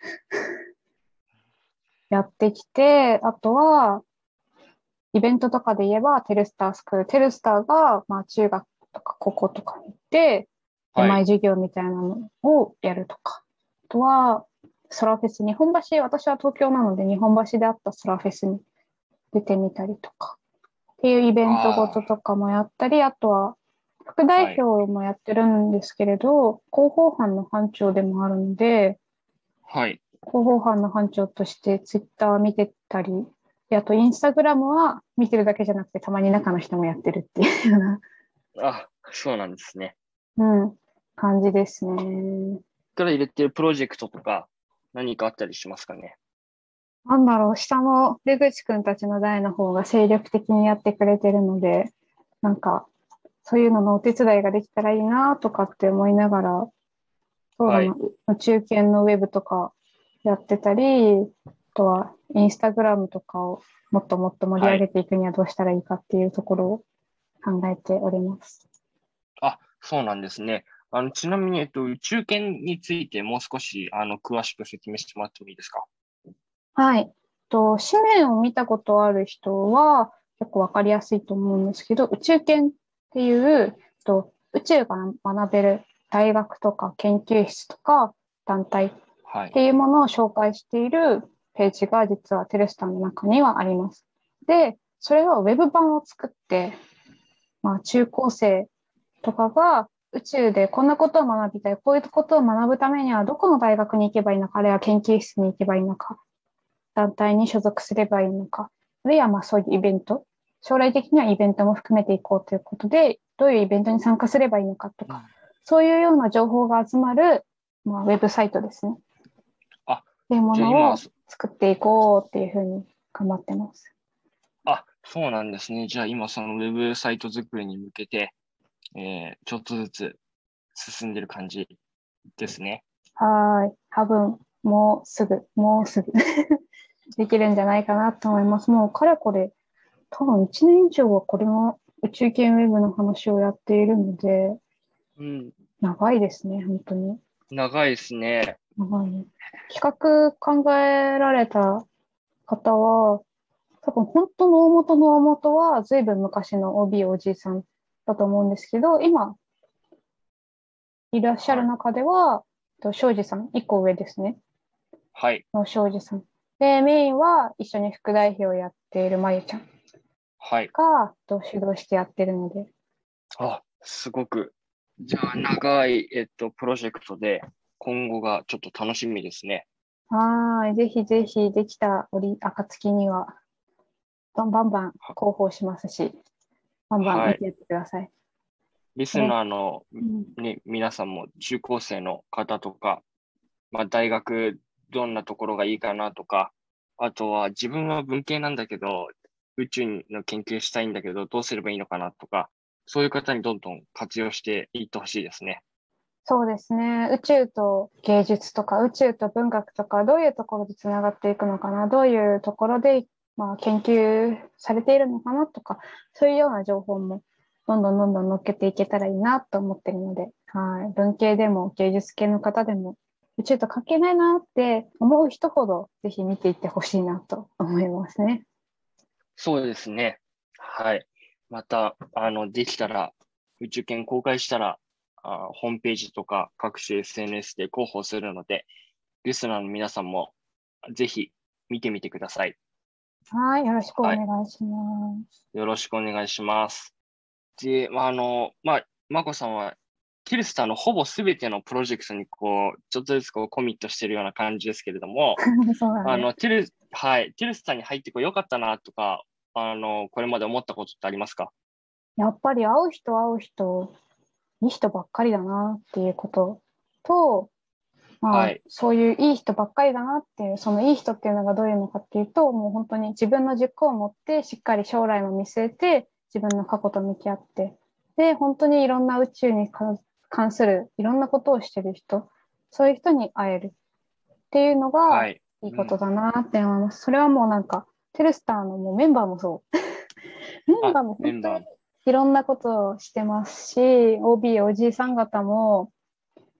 [SPEAKER 2] やってきて、あとは、イベントとかで言えば、テルスタースクール。テルスターが、まあ中学とか高校とかに行って、出
[SPEAKER 1] はい。
[SPEAKER 2] 前授業みたいなのをやるとか。あとは、ソラフェス、日本橋、私は東京なので日本橋であったソラフェスに出てみたりとか。っていうイベントごと
[SPEAKER 1] あ
[SPEAKER 2] とかもやったり、あとは、副
[SPEAKER 1] あ、
[SPEAKER 2] 代
[SPEAKER 1] はい。
[SPEAKER 2] 表もやってるんですけれど、広報班の班長でもあるので、
[SPEAKER 1] はい。
[SPEAKER 2] 広報班の班長としてツイッター見てたり、であとインスタグラムは見てるだけじゃなくてたまに中の人もやってるっていうような、
[SPEAKER 1] あ、そうなんですね。
[SPEAKER 2] うん、感じですね。
[SPEAKER 1] から入れてるプロジェクトとか何かあったりしますかね。
[SPEAKER 2] なんだろう、下の出口くんたちの代の方が精力的にやってくれてるので、なんか、そういうののお手伝いができたらいいなとかって思いながら、そうだな、
[SPEAKER 1] はい。
[SPEAKER 2] 宇宙圏のウェブとかやってたり、あとはインスタグラムとかをもっともっと盛り
[SPEAKER 1] はい。
[SPEAKER 2] 上げていくにはどうしたらいいかっていうところを考えております。
[SPEAKER 1] あ、そうなんですね。あの、ちなみに、えっと、宇宙圏についてもう少し、あの、詳しく説明してもらってもいいですか。
[SPEAKER 2] はい。と、紙面を見たことある人は結構わかりやすいと思うんですけど、宇宙圏っていうと宇宙が学べる大学とか研究室とか団体っ
[SPEAKER 1] はい。
[SPEAKER 2] ていうものを紹介しているページが実はテレスタの中にはあります。で、それはウェブ版を作って、まあ、中高生とかが宇宙でこんなことを学びたい、こういうことを学ぶためにはどこの大学に行けばいいのか、あるいは研究室に行けばいいのか、団体に所属すればいいのか、あるいはまあそういうイベント、将来的にはイベントも含めていこうということで、どういうイベントに参加すればいいのかとか、
[SPEAKER 1] うん。
[SPEAKER 2] そういうような情報が集まる、まあ、ウェブサイトですね。っ
[SPEAKER 1] あ、
[SPEAKER 2] ていうも
[SPEAKER 1] じゃあ今、
[SPEAKER 2] のを作っていこうっていうふうに頑張ってます。
[SPEAKER 1] あ、そうなんですね。じゃあ今、そのウェブサイト作りに向けて、えー、ちょっとずつ進んでる感じですね。
[SPEAKER 2] はい。多分、もうすぐ、もうすぐできるんじゃないかなと思います。もうかれこれ、多分いちねん以上はこれの宇宙系ウェブの話をやっているので、
[SPEAKER 1] うん。
[SPEAKER 2] 長いですね、本当に。
[SPEAKER 1] 長いですね。
[SPEAKER 2] 長いね。企画考えられた方は、多分本当の大元の大元は随分昔の オービー おじいさんだと思うんですけど、今いらっしゃる
[SPEAKER 1] はい。
[SPEAKER 2] 中では、庄司さん、一個上ですね、
[SPEAKER 1] はい。
[SPEAKER 2] の庄司さん。で、メインは一緒に副代表をやっているまゆちゃん
[SPEAKER 1] はい。
[SPEAKER 2] が主導してやってるので、
[SPEAKER 1] あ、すごく、じゃあ長い、えっと、プロジェクトで、今後がちょっと楽しみですね。
[SPEAKER 2] はい、ぜひぜひできた折、暁には、バンバンバン
[SPEAKER 1] は、
[SPEAKER 2] 広報しますし、バンバン
[SPEAKER 1] はい。
[SPEAKER 2] 見てやってください。
[SPEAKER 1] リス
[SPEAKER 2] これ、
[SPEAKER 1] ナーの、
[SPEAKER 2] うん、
[SPEAKER 1] ね、皆さんも中高生の方とか、まあ、大学どんなところがいいかなとか、あとは自分は文系なんだけど、宇宙の研究したいんだけど、どうすればいいのかなとか、そういう方にどんどん活用していってほしいですね。
[SPEAKER 2] そうですね。宇宙と芸術とか宇宙と文学とかどういうところでつながっていくのかな、どういうところで、まあ、研究されているのかなとか、そういうような情報もどんどんどんどん乗っけていけたらいいなと思ってるので、はい、文系でも芸術系の方でも宇宙と関係ないなって思う人ほどぜひ見ていってほしいなと思いますね。
[SPEAKER 1] そうですね。はい。また、あの、できたら、宇宙券公開したら、あ、ホームページとか各種 エスエヌエス で広報するので、リスナーの皆さんもぜひ見てみてください。
[SPEAKER 2] はい、よろしくお
[SPEAKER 1] はい。
[SPEAKER 2] 願いします。
[SPEAKER 1] よろしくお願いします。で、まあ、あの、まあ、まこさんは、キルスターのほぼ全てのプロジェクトにこう、ちょっとずつこうコミットしてるような感じですけれども、
[SPEAKER 2] そうだね。
[SPEAKER 1] あの、ティル、はい、ティルスターに入ってこうよかったなとか、あの、これまで思ったことってありますか？
[SPEAKER 2] やっぱり会う人会う人、いい人ばっかりだなっていうことと、まあ、
[SPEAKER 1] はい。
[SPEAKER 2] そういういい人ばっかりだなっていう、そのいい人っていうのがどういうのかっていうと、もう本当に自分の軸を持って、しっかり将来も見据えて、自分の過去と向き合って、で、本当にいろんな宇宙に関するいろんなことをしてる人、そういう人に会えるっていうのが
[SPEAKER 1] はい。
[SPEAKER 2] いい
[SPEAKER 1] うん。
[SPEAKER 2] ことだなって思います。それはもうなんか、テルスターのもうメンバーもそう。メン
[SPEAKER 1] あ、
[SPEAKER 2] バーも本当に
[SPEAKER 1] メンバーも。
[SPEAKER 2] いろんなことをしてますし、オービー おじいさん方も、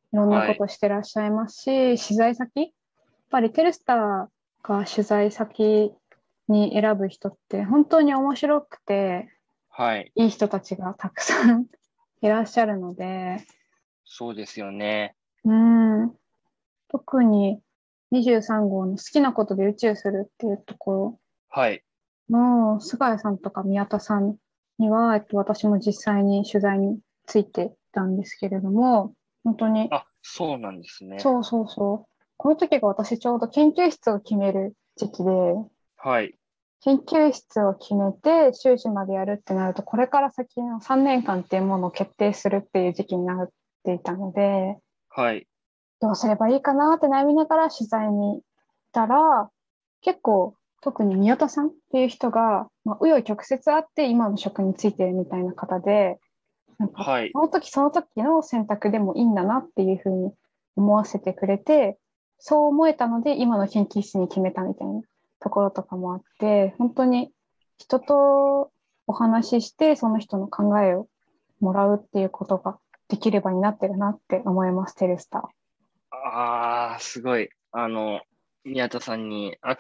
[SPEAKER 2] いろんな
[SPEAKER 1] はい。
[SPEAKER 2] ことしてらっしゃいますし、取材先、やっぱりテルスターが取材先に選ぶ人って本当に面白くて、
[SPEAKER 1] はい。
[SPEAKER 2] いい人たちがたくさんいらっしゃるので、
[SPEAKER 1] そうですよね。
[SPEAKER 2] うん、特ににじゅうさん号の好きなことで宇宙するっていうとこ
[SPEAKER 1] はい。
[SPEAKER 2] ろの菅谷さんとか宮田さんには、えっと、私も実際に取材についてたんですけれども、本当に、
[SPEAKER 1] あ、そうなんですね。
[SPEAKER 2] そうそうそう。この時が私ちょうど研究室を決める時期で、
[SPEAKER 1] はい。
[SPEAKER 2] 研究室を決めて修士までやるってなると、これから先のさんねんかんっていうものを決定するっていう時期になっていたので、
[SPEAKER 1] はい。
[SPEAKER 2] どうすればいいかなって悩みながら取材に行ったら、結構、特に宮田さんっていう人が、まあ、紆余曲折あって今の職についてるみたいな方で、なんか、
[SPEAKER 1] はい。
[SPEAKER 2] その時その時の選択でもいいんだなっていうふうに思わせてくれて、そう思えたので今の研究室に決めたみたいなところとかもあって、本当に人とお話しして、その人の考えをもらうっていうことができればになってるなって思います、テレスタ
[SPEAKER 1] ああ、すごい。あの、宮田さんに会って、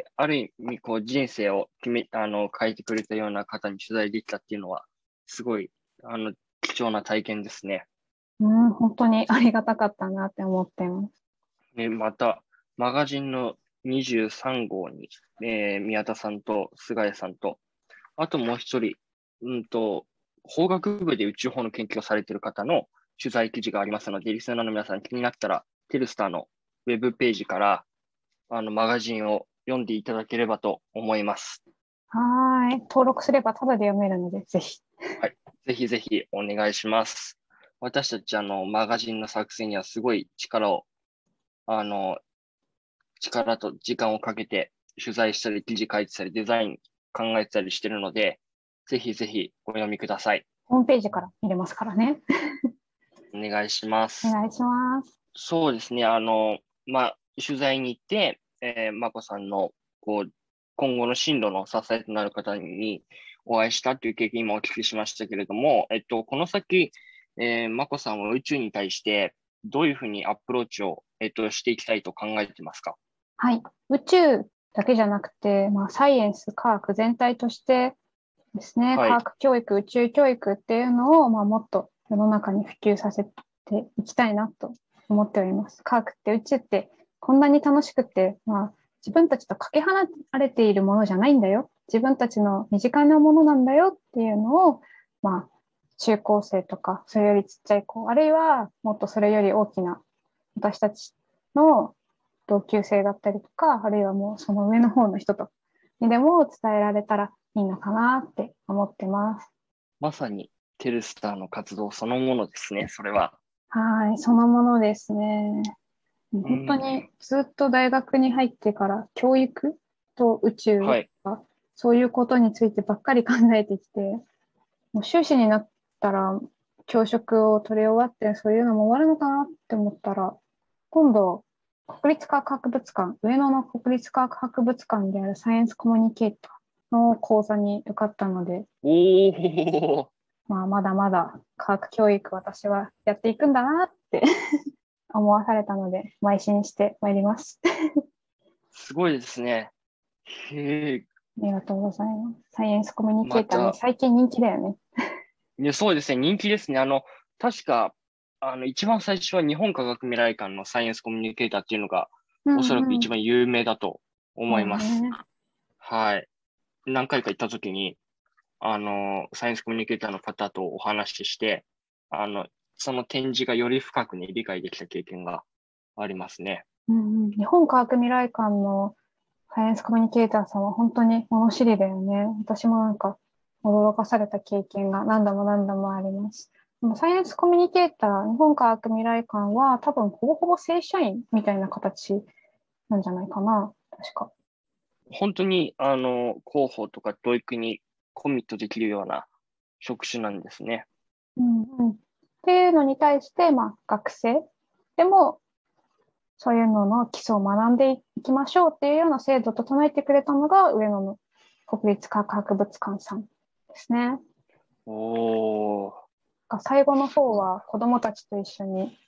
[SPEAKER 1] ある意味、こう、人生を決め、あの、変えてくれたような方に取材できたっていうのは、すごい、あの、貴重な体験ですね。
[SPEAKER 2] ー。うん、本当にありがたかったなって思っています。
[SPEAKER 1] で、また、マガジンのにじゅうさん号に、えー宮田さんと菅谷さんと、あともう一人、うんと、法学部で宇宙法の研究をされている方の取材記事がありますので、リスナーの皆さん気になったら、テルスターのウェブページから、あの、マガジンを読んでいただければと思います。
[SPEAKER 2] はーい。登録すればタダで読めるので、ぜひ。
[SPEAKER 1] はい。ぜひぜひお願いします。私たち、あの、マガジンの作成にはすごい力を、あの、力と時間をかけて取材したり、記事書いてたり、デザイン考えてたりしてるので、ぜひぜひお読みください。
[SPEAKER 2] ホームページから見れますからね。
[SPEAKER 1] お願いします。
[SPEAKER 2] お願いします。
[SPEAKER 1] そうですね。あの、まあ、取材に行って、えー、まこさんの、こう、今後の進路の支えとなる方にお会いしたという経験今お聞きしましたけれども、えっと、この先、えー、まこさんは宇宙に対してどういうふうにアプローチを、えっと、していきたいと考えてますか？
[SPEAKER 2] はい。宇宙だけじゃなくて、まあ、サイエンス、科学全体としてですね、科
[SPEAKER 1] はい。
[SPEAKER 2] 学教育、宇宙教育っていうのを、まあ、もっと世の中に普及させていきたいなと思っております。科学って宇宙ってこんなに楽しくて、まあ、自分たちとかけ離れているものじゃないんだよ。自分たちの身近なものなんだよっていうのを、まあ、中高生とか、それよりちっちゃい子、あるいはもっとそれより大きな私たちの同級生だったりとか、あるいはもうその上の方の人とにでも伝えられたらいいのかなって思ってます。
[SPEAKER 1] まさにテルスターの活動そのものですね、それは。
[SPEAKER 2] はい、そのものですね。
[SPEAKER 1] うん。
[SPEAKER 2] 本当にずっと大学に入ってから教育と宇宙
[SPEAKER 1] はい。
[SPEAKER 2] とかそういうことについてばっかり考えてきて、もう修士になったら教職を取り終わってそういうのも終わるのかなって思ったら、今度国立科学博物館、上野の国立科学博物館であるサイエンスコミュニケーターの講座に受かったので、
[SPEAKER 1] おー、
[SPEAKER 2] まあ、まだまだ科学教育私はやっていくんだなって思わされたので、邁進してまいります。
[SPEAKER 1] すごいですね。へえ、
[SPEAKER 2] ありがとうございます。サイエンスコミュニケーターね、
[SPEAKER 1] また、
[SPEAKER 2] 最近人気だよね。
[SPEAKER 1] ね、そうですね、人気ですね。あの、確か、あの、一番最初は日本科学未来館のサイエンスコミュニケーターっていうのが、
[SPEAKER 2] う
[SPEAKER 1] おそらく
[SPEAKER 2] んうん。
[SPEAKER 1] 一番有名だと思
[SPEAKER 2] そう
[SPEAKER 1] います。
[SPEAKER 2] だね。
[SPEAKER 1] はい。何回か行った時に、あの、サイエンスコミュニケーターの方とお話しして、あの、その展示がより深くね、理解できた経験がありますね。
[SPEAKER 2] うんうん、日本科学未来館のサイエンスコミュニケーターさんは本当に物知りだよね。私もなんか驚かされた経験が何度も何度もあります。でもサイエンスコミュニケーター、日本科学未来館は多分ほぼほぼ正社員みたいな形なんじゃないかな。確か。
[SPEAKER 1] 本当に、あの、広報とか教育にコミットできるような職種なんですね。
[SPEAKER 2] うんうん。っていうのに対して、まあ学生でもそういうのの基礎を学んでいきましょうっていうような制度を整えてくれたのが上野の国立科学博物館さんですね。
[SPEAKER 1] おー、
[SPEAKER 2] 最後の
[SPEAKER 1] すごい。
[SPEAKER 2] 方は子どもたちと一緒に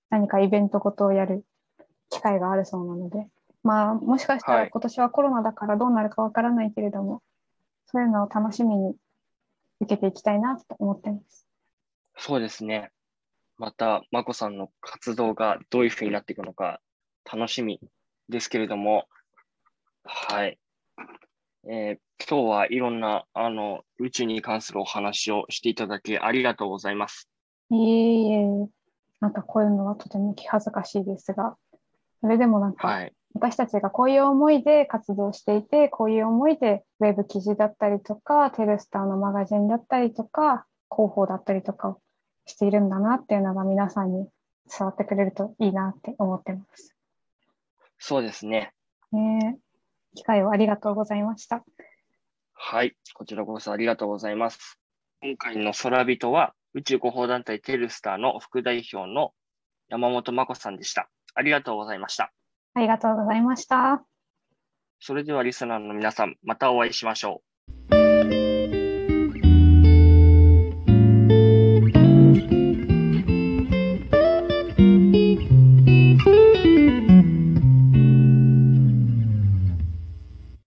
[SPEAKER 2] 何かイベントごとをやる機会があるそうなので、まあ、もしかした
[SPEAKER 1] はい。
[SPEAKER 2] ら今年はコロナだからどうなるかわからないけれども、そういうのを楽しみに受けていきたいなと思ってます。
[SPEAKER 1] そうですね。また、まこさんの活動がどういうふうになっていくのか楽しみですけれども、はい。えー今日はいろんな、あの、宇宙に関するお話をしていただきありがとうございます。
[SPEAKER 2] いえいえ、なんかこういうのはとても気恥ずかしいですが、それでもなんか
[SPEAKER 1] はい。
[SPEAKER 2] 私たちがこういう思いで活動していて、こういう思いでウェブ記事だったりとか、テルスターのマガジンだったりとか、広報だったりとかをしているんだなっていうのが皆さんに伝わってくれるといいなって思ってます。
[SPEAKER 1] そうですね。
[SPEAKER 2] ねえ、機会をありがとうございました。
[SPEAKER 1] はい。こちらこそありがとうございます。今回の空人は宇宙広報団体テルスターの副代表の山本真子さんでした。ありがとうございました。
[SPEAKER 2] ありがとうございました。
[SPEAKER 1] それではリスナーの皆さん、またお会いしましょう。